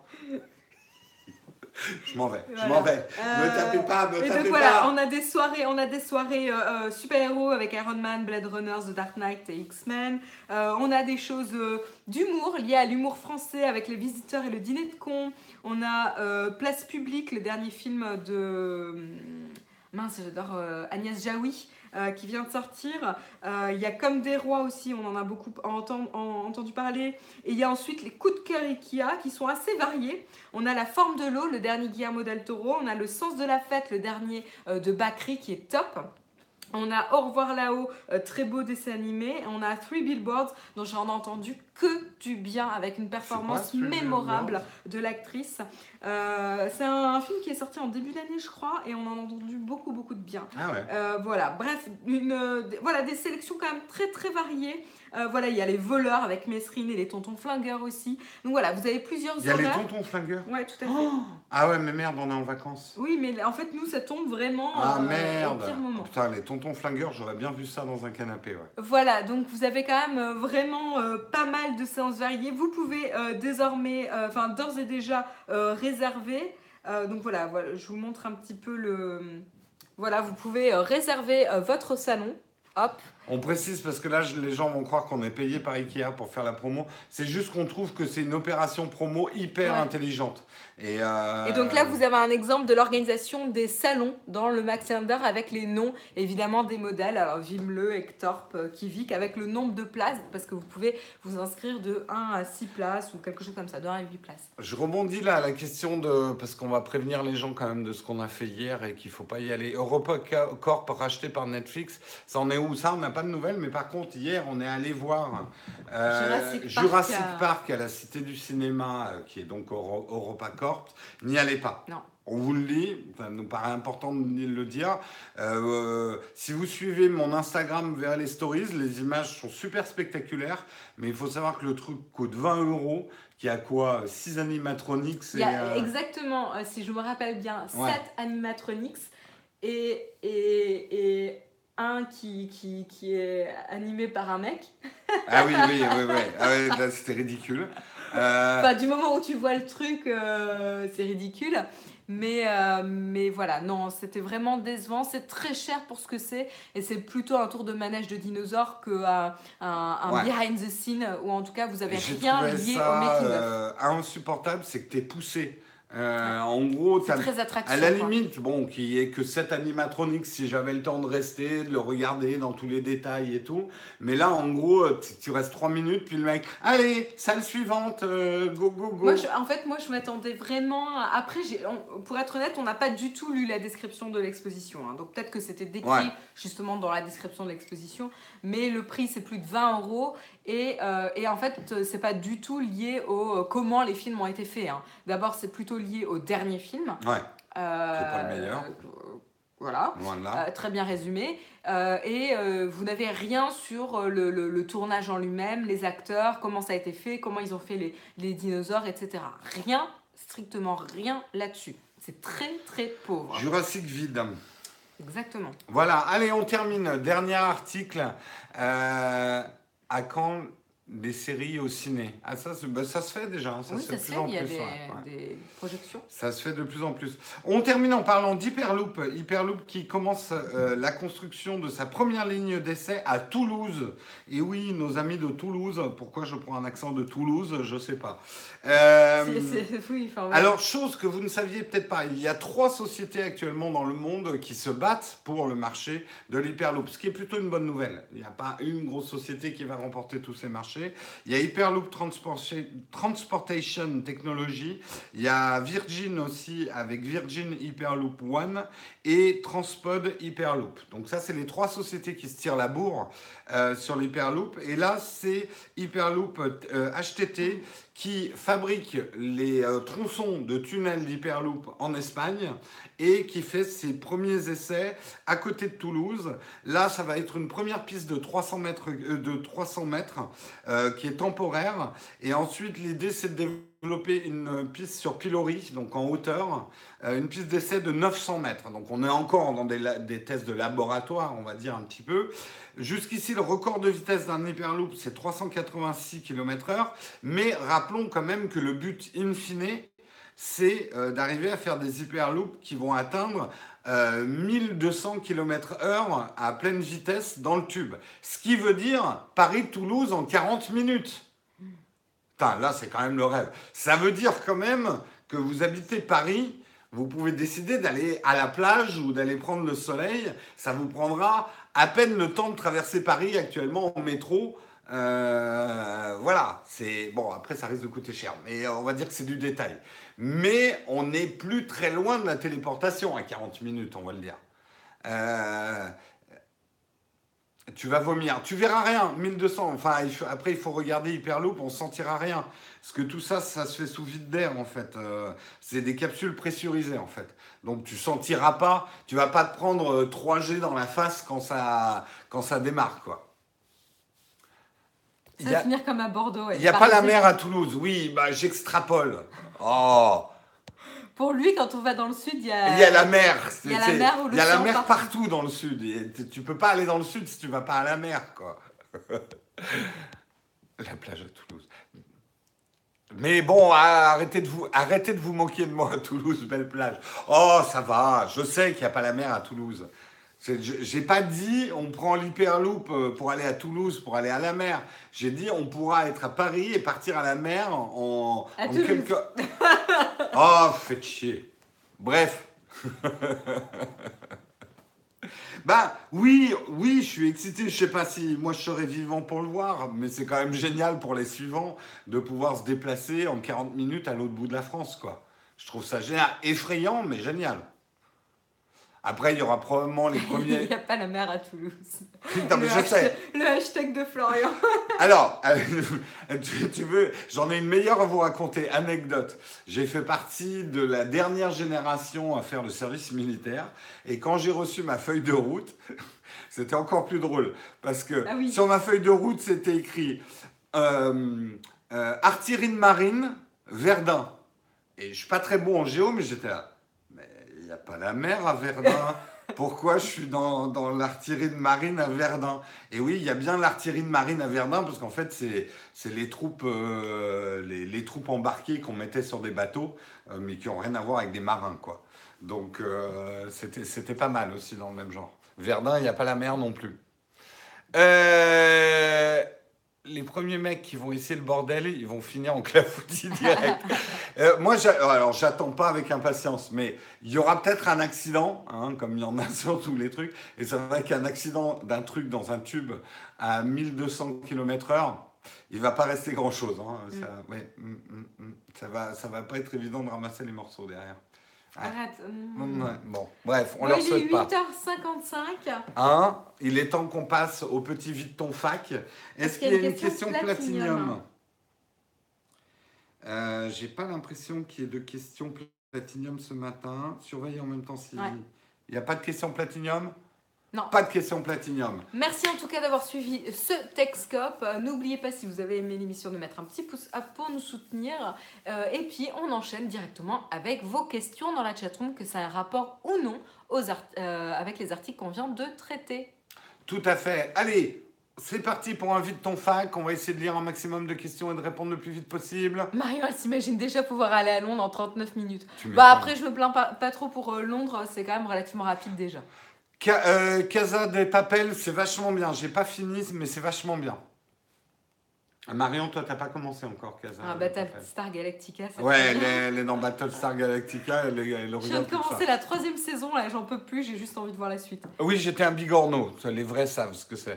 Je m'en vais. Me tapez pas, on a des soirées super-héros avec Iron Man, Blade Runner, The Dark Knight et X-Men. On a des choses d'humour liées à l'humour français avec Les Visiteurs et le Dîner de Cons. On a Place Publique, le dernier film de... j'adore Agnès Jaoui. Qui vient de sortir. Il y a Comme des rois aussi, on en a beaucoup entendu parler. Et il y a ensuite les coups de cœur Ikea qui sont assez variés. On a La Forme de l'eau, le dernier Guillermo del Toro. On a Le Sens de la fête, le dernier de Bakri qui est top. On a Au revoir là-haut, très beau dessin animé. On a Three Billboards, dont j'en ai entendu que du bien, avec une performance mémorable de l'actrice. C'est un film qui est sorti en début d'année, je crois, et on en a entendu beaucoup, beaucoup de bien. Bref, des sélections quand même très, très variées. Il y a Les Voleurs avec Mesrine et les Tontons Flingueurs aussi. Donc voilà, vous avez plusieurs horaires. Il y a les Tontons Flingueurs? Ouais, tout à fait. Ah ouais, mais merde, on est en vacances. Oui, mais en fait, nous, ça tombe vraiment au pire moment. Putain, les Tontons Flingueurs, j'aurais bien vu ça dans un canapé, ouais. Voilà, donc vous avez quand même vraiment pas mal de séances variées. Vous pouvez désormais, d'ores et déjà réserver. Donc voilà, je vous montre un petit peu le... Voilà, vous pouvez réserver votre salon. Hop, On précise parce que là, les gens vont croire qu'on est payé par Ikea pour faire la promo. C'est juste qu'on trouve que c'est une opération promo hyper Ouais. intelligente. Et Et donc là, vous avez un exemple de l'organisation des salons dans le Max Center avec les noms, évidemment, des modèles. Alors, Vimle, Ektorp, Kivik, avec le nombre de places, parce que vous pouvez vous inscrire de 1 à 6 places ou quelque chose comme ça, de 1 à 8 places. je rebondis là à la question de... Parce qu'on va prévenir les gens quand même de ce qu'on a fait hier et qu'il ne faut pas y aller. Europa Corp racheté par Netflix, ça en est où? Ça, on n'a pas de nouvelles. Mais par contre, hier, on est allé voir Jurassic Park à la Cité du Cinéma, qui est donc Europa Corp. N'y allez pas. Non. On vous le dit, ça nous paraît important de le dire. Si vous suivez mon Instagram, vous verrez les stories, les images sont super spectaculaires, mais il faut savoir que le truc coûte 20 euros, qui a quoi 6 animatronics Il y a exactement, si je me rappelle bien, 7 Ouais. animatronics et un qui est animé par un mec. Ah oui, oui, oui, oui. Ah ouais, là, c'était ridicule. Enfin, du moment où tu vois le truc, c'est ridicule. Mais voilà, non, c'était vraiment décevant. C'est très cher pour ce que c'est. Et c'est plutôt un tour de manège de dinosaures qu'un Ouais. behind the scene, où en tout cas, vous avez J'ai rien trouvé lié au ça making-of. insupportable, c'est que t'es poussé. Ouais. En gros, C'est très attraction, à la quoi. limite, bon, qu'il y ait que 7 animatroniques, si j'avais le temps de rester, de le regarder dans tous les détails et tout. Mais là, en gros, tu restes 3 minutes, puis le mec, allez, salle suivante, go, go, go. En fait, moi, je m'attendais vraiment. Après, pour être honnête, on n'a pas du tout lu la description de l'exposition, hein. Donc peut-être que c'était décrit Ouais. justement dans la description de l'exposition. Mais le prix, c'est plus de 20 euros. Et en fait, c'est pas du tout lié au comment les films ont été faits, hein. D'abord, c'est plutôt lié au dernier film. Ouais, qui n'est pas le meilleur, Voilà. loin de là. Très bien résumé. Vous n'avez rien sur le tournage en lui-même, les acteurs, comment ça a été fait, comment ils ont fait les dinosaures, etc. Rien, strictement rien là-dessus. C'est très très pauvre. Jurassic vide. Exactement. Voilà, allez, on termine. Dernier article. À quand des séries au ciné? Ah, ça, ça se fait déjà, hein, ça Oui, se fait ça de se plus fait, en il y a plus. Ouais. des projections. Ça se fait de plus en plus. On termine en parlant d'Hyperloop. Hyperloop qui commence la construction de sa première ligne d'essai à Toulouse. Et oui, nos amis de Toulouse. Pourquoi je prends un accent de Toulouse? Je sais pas. Oui, enfin, ouais. Alors, chose que vous ne saviez peut-être pas, il y a 3 sociétés actuellement dans le monde qui se battent pour le marché de l'Hyperloop, ce qui est plutôt une bonne nouvelle. Il n'y a pas une grosse société qui va remporter tous ces marchés. Il y a Hyperloop Transportation Technology, il y a Virgin aussi avec Virgin Hyperloop One et Transpod Hyperloop. Donc ça, c'est les 3 sociétés qui se tirent la bourre sur l'Hyperloop. Et là, c'est Hyperloop HTT qui fabrique les tronçons de tunnels d'Hyperloop en Espagne et qui fait ses premiers essais à côté de Toulouse. Là, ça va être une première piste de 300 mètres, qui est temporaire. Et ensuite, l'idée, c'est de développer une piste sur pilori, donc en hauteur, une piste d'essai de 900 mètres. Donc on est encore dans des tests de laboratoire, on va dire un petit peu. Jusqu'ici, le record de vitesse d'un Hyperloop, c'est 386 km/h. Mais rappelons quand même que le but in fine, c'est d'arriver à faire des Hyperloops qui vont atteindre 1200 km/h à pleine vitesse dans le tube. Ce qui veut dire Paris-Toulouse en 40 minutes. Putain, là, c'est quand même le rêve. Ça veut dire quand même que vous habitez Paris, vous pouvez décider d'aller à la plage ou d'aller prendre le soleil. Ça vous prendra à peine le temps de traverser Paris actuellement en métro. Voilà, c'est bon. Après, ça risque de coûter cher, mais on va dire que c'est du détail. Mais on n'est plus très loin de la téléportation à 40 minutes, on va le dire. Euh, Tu vas vomir. Tu verras rien, 1200. Enfin, après, il faut regarder Hyperloop, on ne sentira rien. Parce que tout ça, ça se fait sous vide d'air, en fait. C'est des capsules pressurisées, en fait. Donc, tu sentiras pas, tu vas pas te prendre 3G dans la face quand ça démarre, quoi. Ça va finir comme à Bordeaux. Ouais. Il n'y a pas la mer à Toulouse. Oui, bah, j'extrapole. Oh. Pour lui, quand on va dans le sud, il y a la mer. Il y a la mer ou Il y a la mer partout dans le sud. Et tu peux pas aller dans le sud si tu vas pas à la mer, quoi. La plage à Toulouse. Mais bon, arrêtez de vous moquer de moi à Toulouse, belle plage. Oh, ça va. Je sais qu'il n'y a pas la mer à Toulouse. J'ai pas dit on prend l'Hyperloop pour aller à Toulouse, pour aller à la mer. J'ai dit on pourra être à Paris et partir à la mer À en Toulouse. quelques... Oh, faites chier. Bref. Bah oui, oui, je suis excité. Je sais pas si moi je serais vivant pour le voir, mais c'est quand même génial pour les suivants de pouvoir se déplacer en 40 minutes à l'autre bout de la France, quoi. Je trouve ça génial, effrayant, mais génial. Après, il y aura probablement les Il premiers. n'y a pas la mer à Toulouse. Putain, mais je sais. Le hashtag de Florian. Alors, tu veux, j'en ai une meilleure à vous raconter. Anecdote. J'ai fait partie de la dernière génération à faire le service militaire. Et quand j'ai reçu ma feuille de route, c'était encore plus drôle. Parce que Ah oui. sur ma feuille de route, c'était écrit artillerie de marine, Verdun. Et je suis pas très bon en géo, mais j'étais là. Mais il n'y a pas la mer à Verdun. Pourquoi je suis dans l'artillerie de marine à Verdun? Et oui, il y a bien l'artillerie de marine à Verdun, parce qu'en fait, c'est les troupes, les troupes embarquées qu'on mettait sur des bateaux, mais qui n'ont rien à voir avec des marins, quoi. Donc, c'était pas mal aussi dans le même genre. Verdun, il n'y a pas la mer non plus. Les premiers mecs qui vont essayer le bordel, ils vont finir en clafoutis direct. Moi, alors j'attends pas avec impatience, mais il y aura peut-être un accident, hein, comme il y en a sur tous les trucs. Et c'est vrai qu'un accident d'un truc dans un tube à 1200 km/h, il va pas rester grand-chose. Hein. Ouais, ça va pas être évident de ramasser les morceaux derrière. Ouais. Arrête. Ouais, bon, bref, on Bon, leur il est souhaite pas. 8h55. Hein, il est temps qu'on passe au petit vide ton fac. Est-ce qu'il y a une question platinium? J'ai pas l'impression qu'il y ait de questions platinium ce matin. Surveillez en même temps s'il n'y a pas de questions platinium. Non. Pas de questions platinium. Merci en tout cas d'avoir suivi ce Techscope. N'oubliez pas, si vous avez aimé l'émission, de mettre un petit pouce up pour nous soutenir. Et puis, on enchaîne directement avec vos questions dans la chatroom, que ça a un rapport ou non avec les articles qu'on vient de traiter. Tout à fait. Allez, c'est parti pour un vide ton fac. On va essayer de lire un maximum de questions et de répondre le plus vite possible. Marion, elle s'imagine déjà pouvoir aller à Londres en 39 minutes. Bah après, je me plains pas trop pour Londres, c'est quand même relativement rapide déjà. Casa de Papel, c'est vachement bien. J'ai pas fini, mais c'est vachement bien. Marion, toi, t'as pas commencé encore, Casa. Ah, Battlestar Galactica, c'est ouais, elle est dans Battlestar Galactica. Elle je viens de commencer la 3e saison, là, j'en peux plus, j'ai juste envie de voir la suite. Oui, j'étais un bigorneau. Les vrais savent ce que c'est.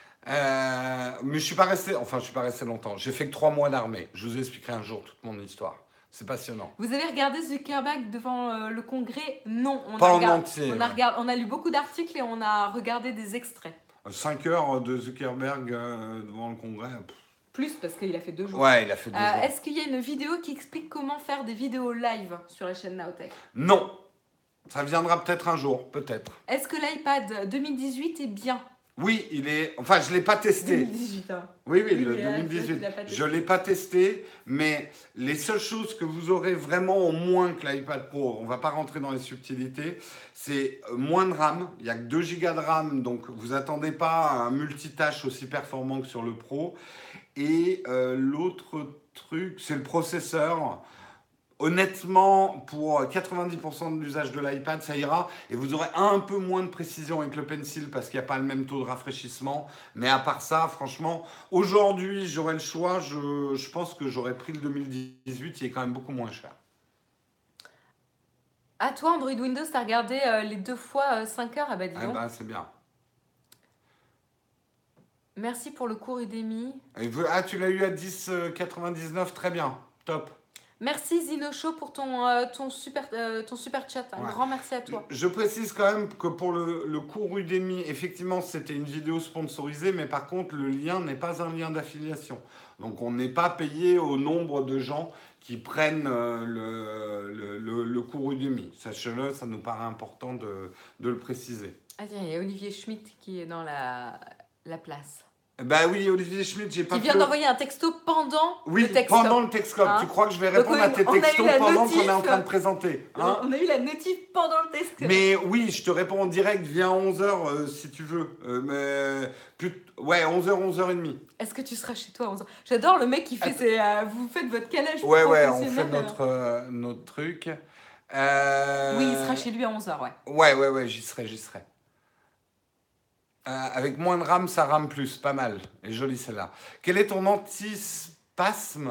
Mais je suis pas resté longtemps. J'ai fait que 3 mois d'armée. Je vous expliquerai un jour toute mon histoire. C'est passionnant. Vous avez regardé Zuckerberg devant le congrès? Non. Pas en entier. On a lu beaucoup d'articles et on a regardé des extraits. 5 heures de Zuckerberg devant le congrès. Plus, parce qu'il a fait 2 jours. Ouais, il a fait 2 jours. Est-ce qu'il y a une vidéo qui explique comment faire des vidéos live sur la chaîne Nowtech? Non. Ça viendra peut-être un jour, peut-être. Est-ce que l'iPad 2018 est bien? Oui, il est... Enfin, je ne l'ai pas testé. 2018, hein. Oui, le 2018. Je ne l'ai pas testé, mais les seules choses que vous aurez vraiment en moins que l'iPad Pro, on ne va pas rentrer dans les subtilités, c'est moins de RAM. Il n'y a que 2 Go de RAM, donc vous attendez pas à un multitâche aussi performant que sur le Pro. Et l'autre truc, c'est le processeur. Honnêtement, pour 90% de l'usage de l'iPad, ça ira. Et vous aurez un peu moins de précision avec le Pencil parce qu'il n'y a pas le même taux de rafraîchissement. Mais à part ça, franchement, aujourd'hui, j'aurais le choix. Je pense que j'aurais pris le 2018. Il est quand même beaucoup moins cher. Ah, toi, Android Windows, t'as regardé les 2 fois 5 heures? Ah bah dis donc. Ah bah, c'est bien. Merci pour le cours Udemy. Ah, tu l'as eu à 10,99. Très bien. Top. Merci Zinocho pour ton super chat. Un grand merci à toi. Je précise quand même que pour le cours Udemy, effectivement, c'était une vidéo sponsorisée, mais par contre, le lien n'est pas un lien d'affiliation. Donc, on n'est pas payé au nombre de gens qui prennent le cours Udemy. Sachez-le, ça nous paraît important de le préciser. Ah tiens, il y a Olivier Schmitt qui est dans la place. Bah oui, Olivier Schmitt, j'ai pas qui vient d'envoyer un texto pendant le Techscope. Pendant le Techscope. Hein? Tu crois que je vais répondre à tes textos pendant qu'on est en train de présenter, hein? On a eu la notif pendant le Techscope. Mais oui, je te réponds en direct, viens à 11h si tu veux. Ouais, 11h, 11h30. Est-ce que tu seras chez toi à 11h? J'adore le mec qui fait vous faites votre calage Ouais, on fait notre truc. Oui, il sera chez lui à 11h, ouais. Ouais, j'y serai. Avec moins de RAM, ça rame plus. Pas mal. Et jolie celle-là. Quel est ton antispasme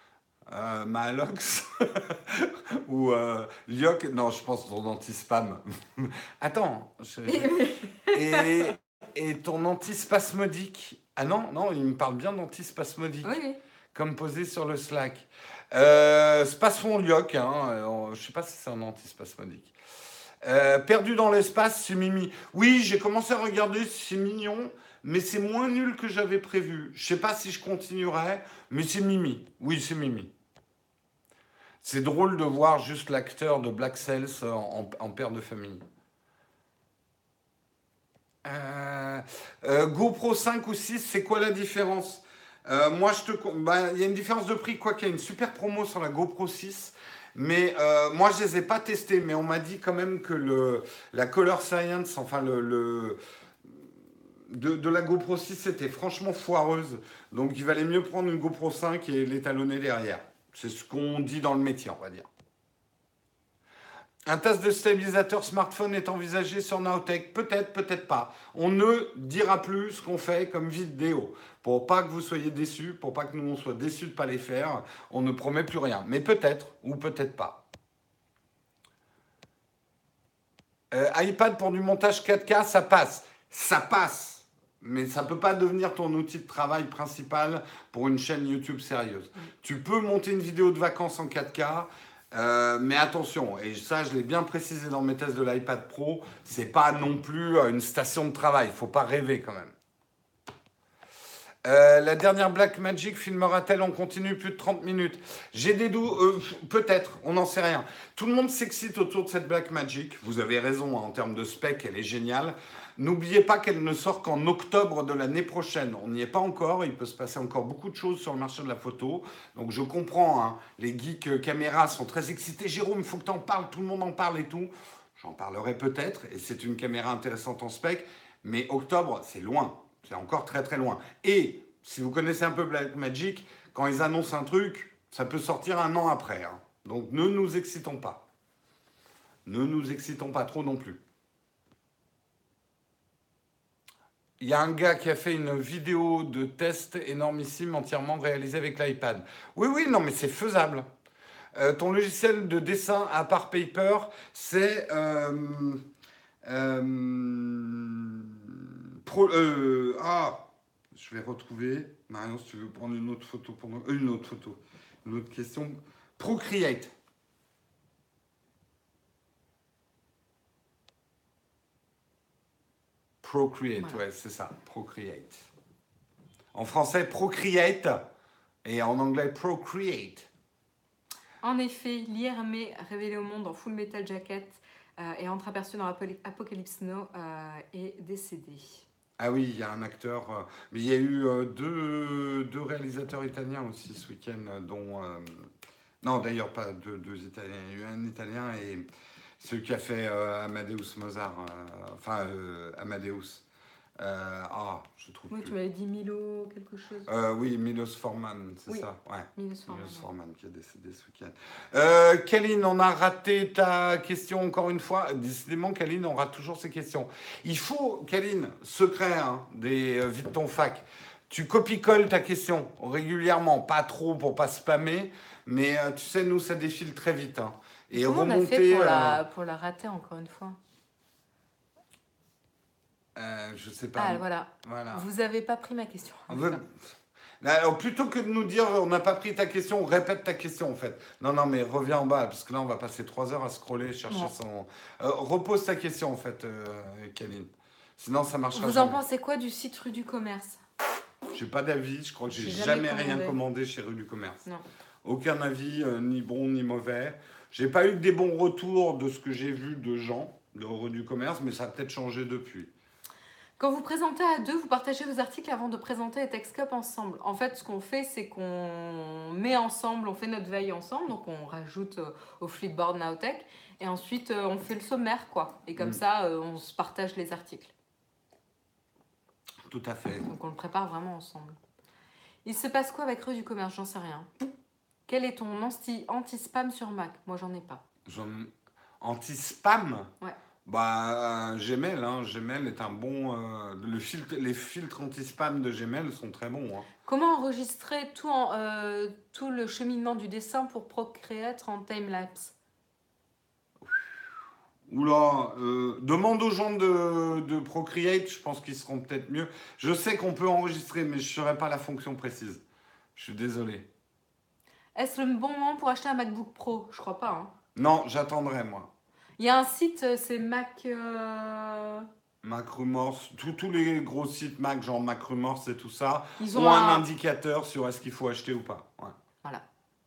Malox ou Lyoc? Non, je pense ton antispam. Attends. Et, et ton antispasmodique? Ah non, non, il me parle bien d'antispasmodique. Oui, oui. Comme posé sur le Slack. Spasmon Lyoc, hein, je sais pas si c'est un antispasmodique. Perdu dans l'espace, c'est Mimi. Oui, j'ai commencé à regarder, c'est mignon, mais c'est moins nul que j'avais prévu. Je sais pas si je continuerai, mais c'est Mimi. Oui, c'est Mimi. C'est drôle de voir juste l'acteur de Black Sails en père de famille. GoPro 5 ou 6, c'est quoi la différence? Moi, il y a une différence de prix, quoi qu'il y a une super promo sur la GoPro 6. Mais moi, je ne les ai pas testés, mais on m'a dit quand même que la Color Science, enfin de la GoPro 6 était franchement foireuse. Donc il valait mieux prendre une GoPro 5 et l'étalonner derrière. C'est ce qu'on dit dans le métier, on va dire. Un test de stabilisateur smartphone est envisagé sur Nowtech? Peut-être, peut-être pas. On ne dira plus ce qu'on fait comme vidéo. Pour pas que vous soyez déçus, pour pas que nous on soit déçus de ne pas les faire, on ne promet plus rien. Mais peut-être, ou peut-être pas. iPad pour du montage 4K, ça passe. Ça passe. Mais ça ne peut pas devenir ton outil de travail principal pour une chaîne YouTube sérieuse. Tu peux monter une vidéo de vacances en 4K, mais attention, et ça je l'ai bien précisé dans mes tests de l'iPad Pro, c'est pas non plus une station de travail, il ne faut pas rêver quand même. La dernière Blackmagic filmera-t-elle en continu plus de 30 minutes? J'ai des doutes, peut-être, on n'en sait rien. Tout le monde s'excite autour de cette Blackmagic. Vous avez raison, hein, en termes de spec, elle est géniale. N'oubliez pas qu'elle ne sort qu'en octobre de l'année prochaine. On n'y est pas encore, il peut se passer encore beaucoup de choses sur le marché de la photo. Donc je comprends, hein, les geeks caméras sont très excités. Jérôme, il faut que tu en parles, tout le monde en parle et tout. J'en parlerai peut-être, et c'est une caméra intéressante en spec, mais octobre, c'est loin. C'est encore très très loin. Et si vous connaissez un peu Blackmagic, quand ils annoncent un truc, ça peut sortir un an après. Hein. Donc ne nous excitons pas. Ne nous excitons pas trop non plus. Il y a un gars qui a fait une vidéo de test énormissime entièrement réalisée avec l'iPad. Oui, oui, non, mais c'est faisable. Ton logiciel de dessin à part Paper, c'est je vais retrouver. Marion, si tu veux prendre une autre photo pour nous. Une autre photo. Une autre question. Procreate. Procreate, voilà. Ouais, c'est ça. Procreate. En français, Procreate. Et en anglais, Procreate. En effet, l'IRM révélé au monde en Full Metal Jacket et entreaperçu dans Apocalypse Now est décédé. Ah oui, il y a un acteur. Mais il y a eu deux réalisateurs italiens aussi ce week-end, dont. Non, d'ailleurs, pas deux Italiens. Il y a eu un Italien et celui qui a fait Amadeus Mozart. Amadeus. Je trouve. Oui, tu m'avais dit Milo quelque chose. Oui, Milos Forman, c'est oui. Ça. Ouais. Milos Forman qui est décédé ce week-end. Kaline, on a raté ta question encore une fois. Décidément, Kaline, on rate toujours ses questions. Il faut, Kaline, secret hein, des Vite ton fac. Tu copies-colles ta question régulièrement, pas trop pour pas spammer, mais tu sais, nous, ça défile très vite. Hein. Et comment remonter, on a fait pour la rater encore une fois? Je sais pas. Ah, voilà. Vous n'avez pas pris ma question. Alors, plutôt que de nous dire on n'a pas pris ta question, on répète ta question en fait. Non, mais reviens en bas, parce que là, on va passer 3 heures à scroller, chercher son. Repose ta question en fait, Kaline. Sinon, ça marchera Vous jamais. en pensez quoi du site Rue du Commerce? J'ai pas d'avis, je crois que j'ai jamais rien commandé chez Rue du Commerce. Non. Aucun avis, ni bon ni mauvais. J'ai pas eu des bons retours de ce que j'ai vu de gens de Rue du Commerce, mais ça a peut-être changé depuis. Quand vous présentez à deux, vous partagez vos articles avant de présenter les TechScope ensemble. En fait, ce qu'on fait, c'est qu'on met ensemble, on fait notre veille ensemble, donc on rajoute au Flipboard Nowtech, et ensuite on fait le sommaire, quoi. Et comme ça, on se partage les articles. Tout à fait. Donc on le prépare vraiment ensemble. Il se passe quoi avec Rue du Commerce? J'en sais rien. Quel est ton anti-spam sur Mac? Moi, j'en ai pas. Anti-spam? Ouais. Bah, Gmail, hein, Gmail est un bon. Les filtres anti-spam de Gmail sont très bons, hein. Comment enregistrer tout le cheminement du dessin pour Procreate en timelapse? Oula, demande aux gens de Procreate, je pense qu'ils seront peut-être mieux. Je sais qu'on peut enregistrer, mais je ne saurais pas la fonction précise. Je suis désolé. Est-ce le bon moment pour acheter un MacBook Pro? Je crois pas, hein. Non, j'attendrai, moi. Il y a un site, c'est Mac. Mac Rumors, tous les gros sites Mac, genre Mac Rumors et tout ça, Ils ont ont un un. indicateur sur est-ce qu'il faut acheter ou pas. Ouais. Voilà.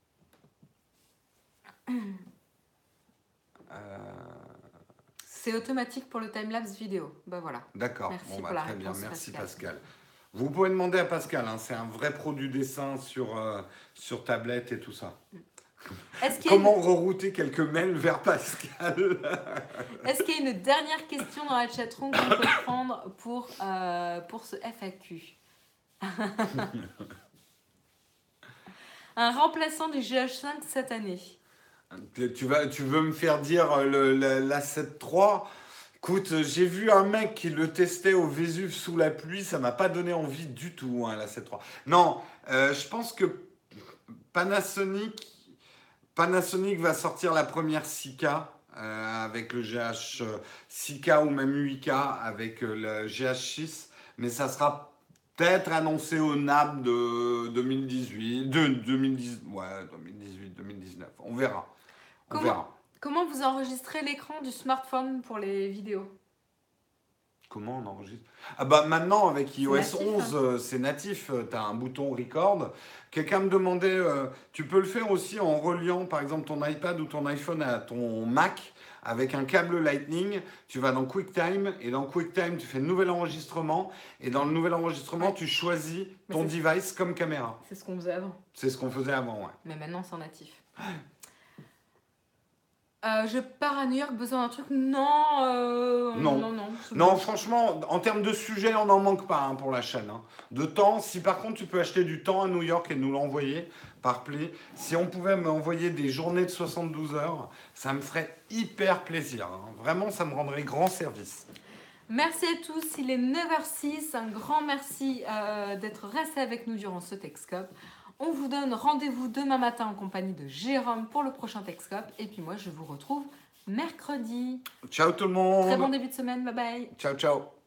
Euh, C'est automatique pour le timelapse vidéo. Bah voilà. D'accord, Merci bon, pour bah, la très bien, réponse, merci Pascal. Pascal. Vous pouvez demander à Pascal, hein, c'est un vrai pro du dessin sur tablette et tout ça. Est-ce qu'il y a Comment rerouter quelques mails vers Pascal? Est-ce qu'il y a une dernière question dans la chatroom qu'on peut prendre pour ce FAQ? Un remplaçant du GH5 cette année. Tu veux me faire dire la 7.3? Écoute, j'ai vu un mec qui le testait au Vésuve sous la pluie, ça m'a pas donné envie du tout, hein, la 7.3. Non, je pense que Panasonic, Panasonic va sortir la première 6K avec le GH 6K ou même 8K avec le GH6, mais ça sera peut-être annoncé au NAB de 2018, 2019. On verra. On Comment, verra. comment vous enregistrez l'écran du smartphone pour les vidéos? Comment on enregistre? Ah bah maintenant avec iOS natif, 11, c'est natif, tu as un bouton record. Quelqu'un me demandait, tu peux le faire aussi en reliant par exemple ton iPad ou ton iPhone à ton Mac avec un câble Lightning. Tu vas dans QuickTime et dans QuickTime tu fais le nouvel enregistrement et dans le nouvel enregistrement Ouais. tu choisis Mais ton device comme caméra. C'est ce qu'on faisait avant. C'est ce qu'on faisait avant, ouais. Mais maintenant, c'est en natif. Je pars à New York, besoin d'un truc? Non, Non. non. c'est Non, bon. franchement, en termes de sujet, on n'en manque pas hein, pour la chaîne, hein. De temps, si par contre tu peux acheter du temps à New York et nous l'envoyer par Play, si on pouvait m'envoyer des journées de 72 heures, ça me ferait hyper plaisir, hein. Vraiment, ça me rendrait grand service. Merci à tous, il est 9h06. Un grand merci d'être resté avec nous durant ce Texcope. On vous donne rendez-vous demain matin en compagnie de Jérôme pour le prochain Texcope. Et puis moi, je vous retrouve mercredi. Ciao tout le Très bon monde. début de semaine, bye bye. Ciao, ciao.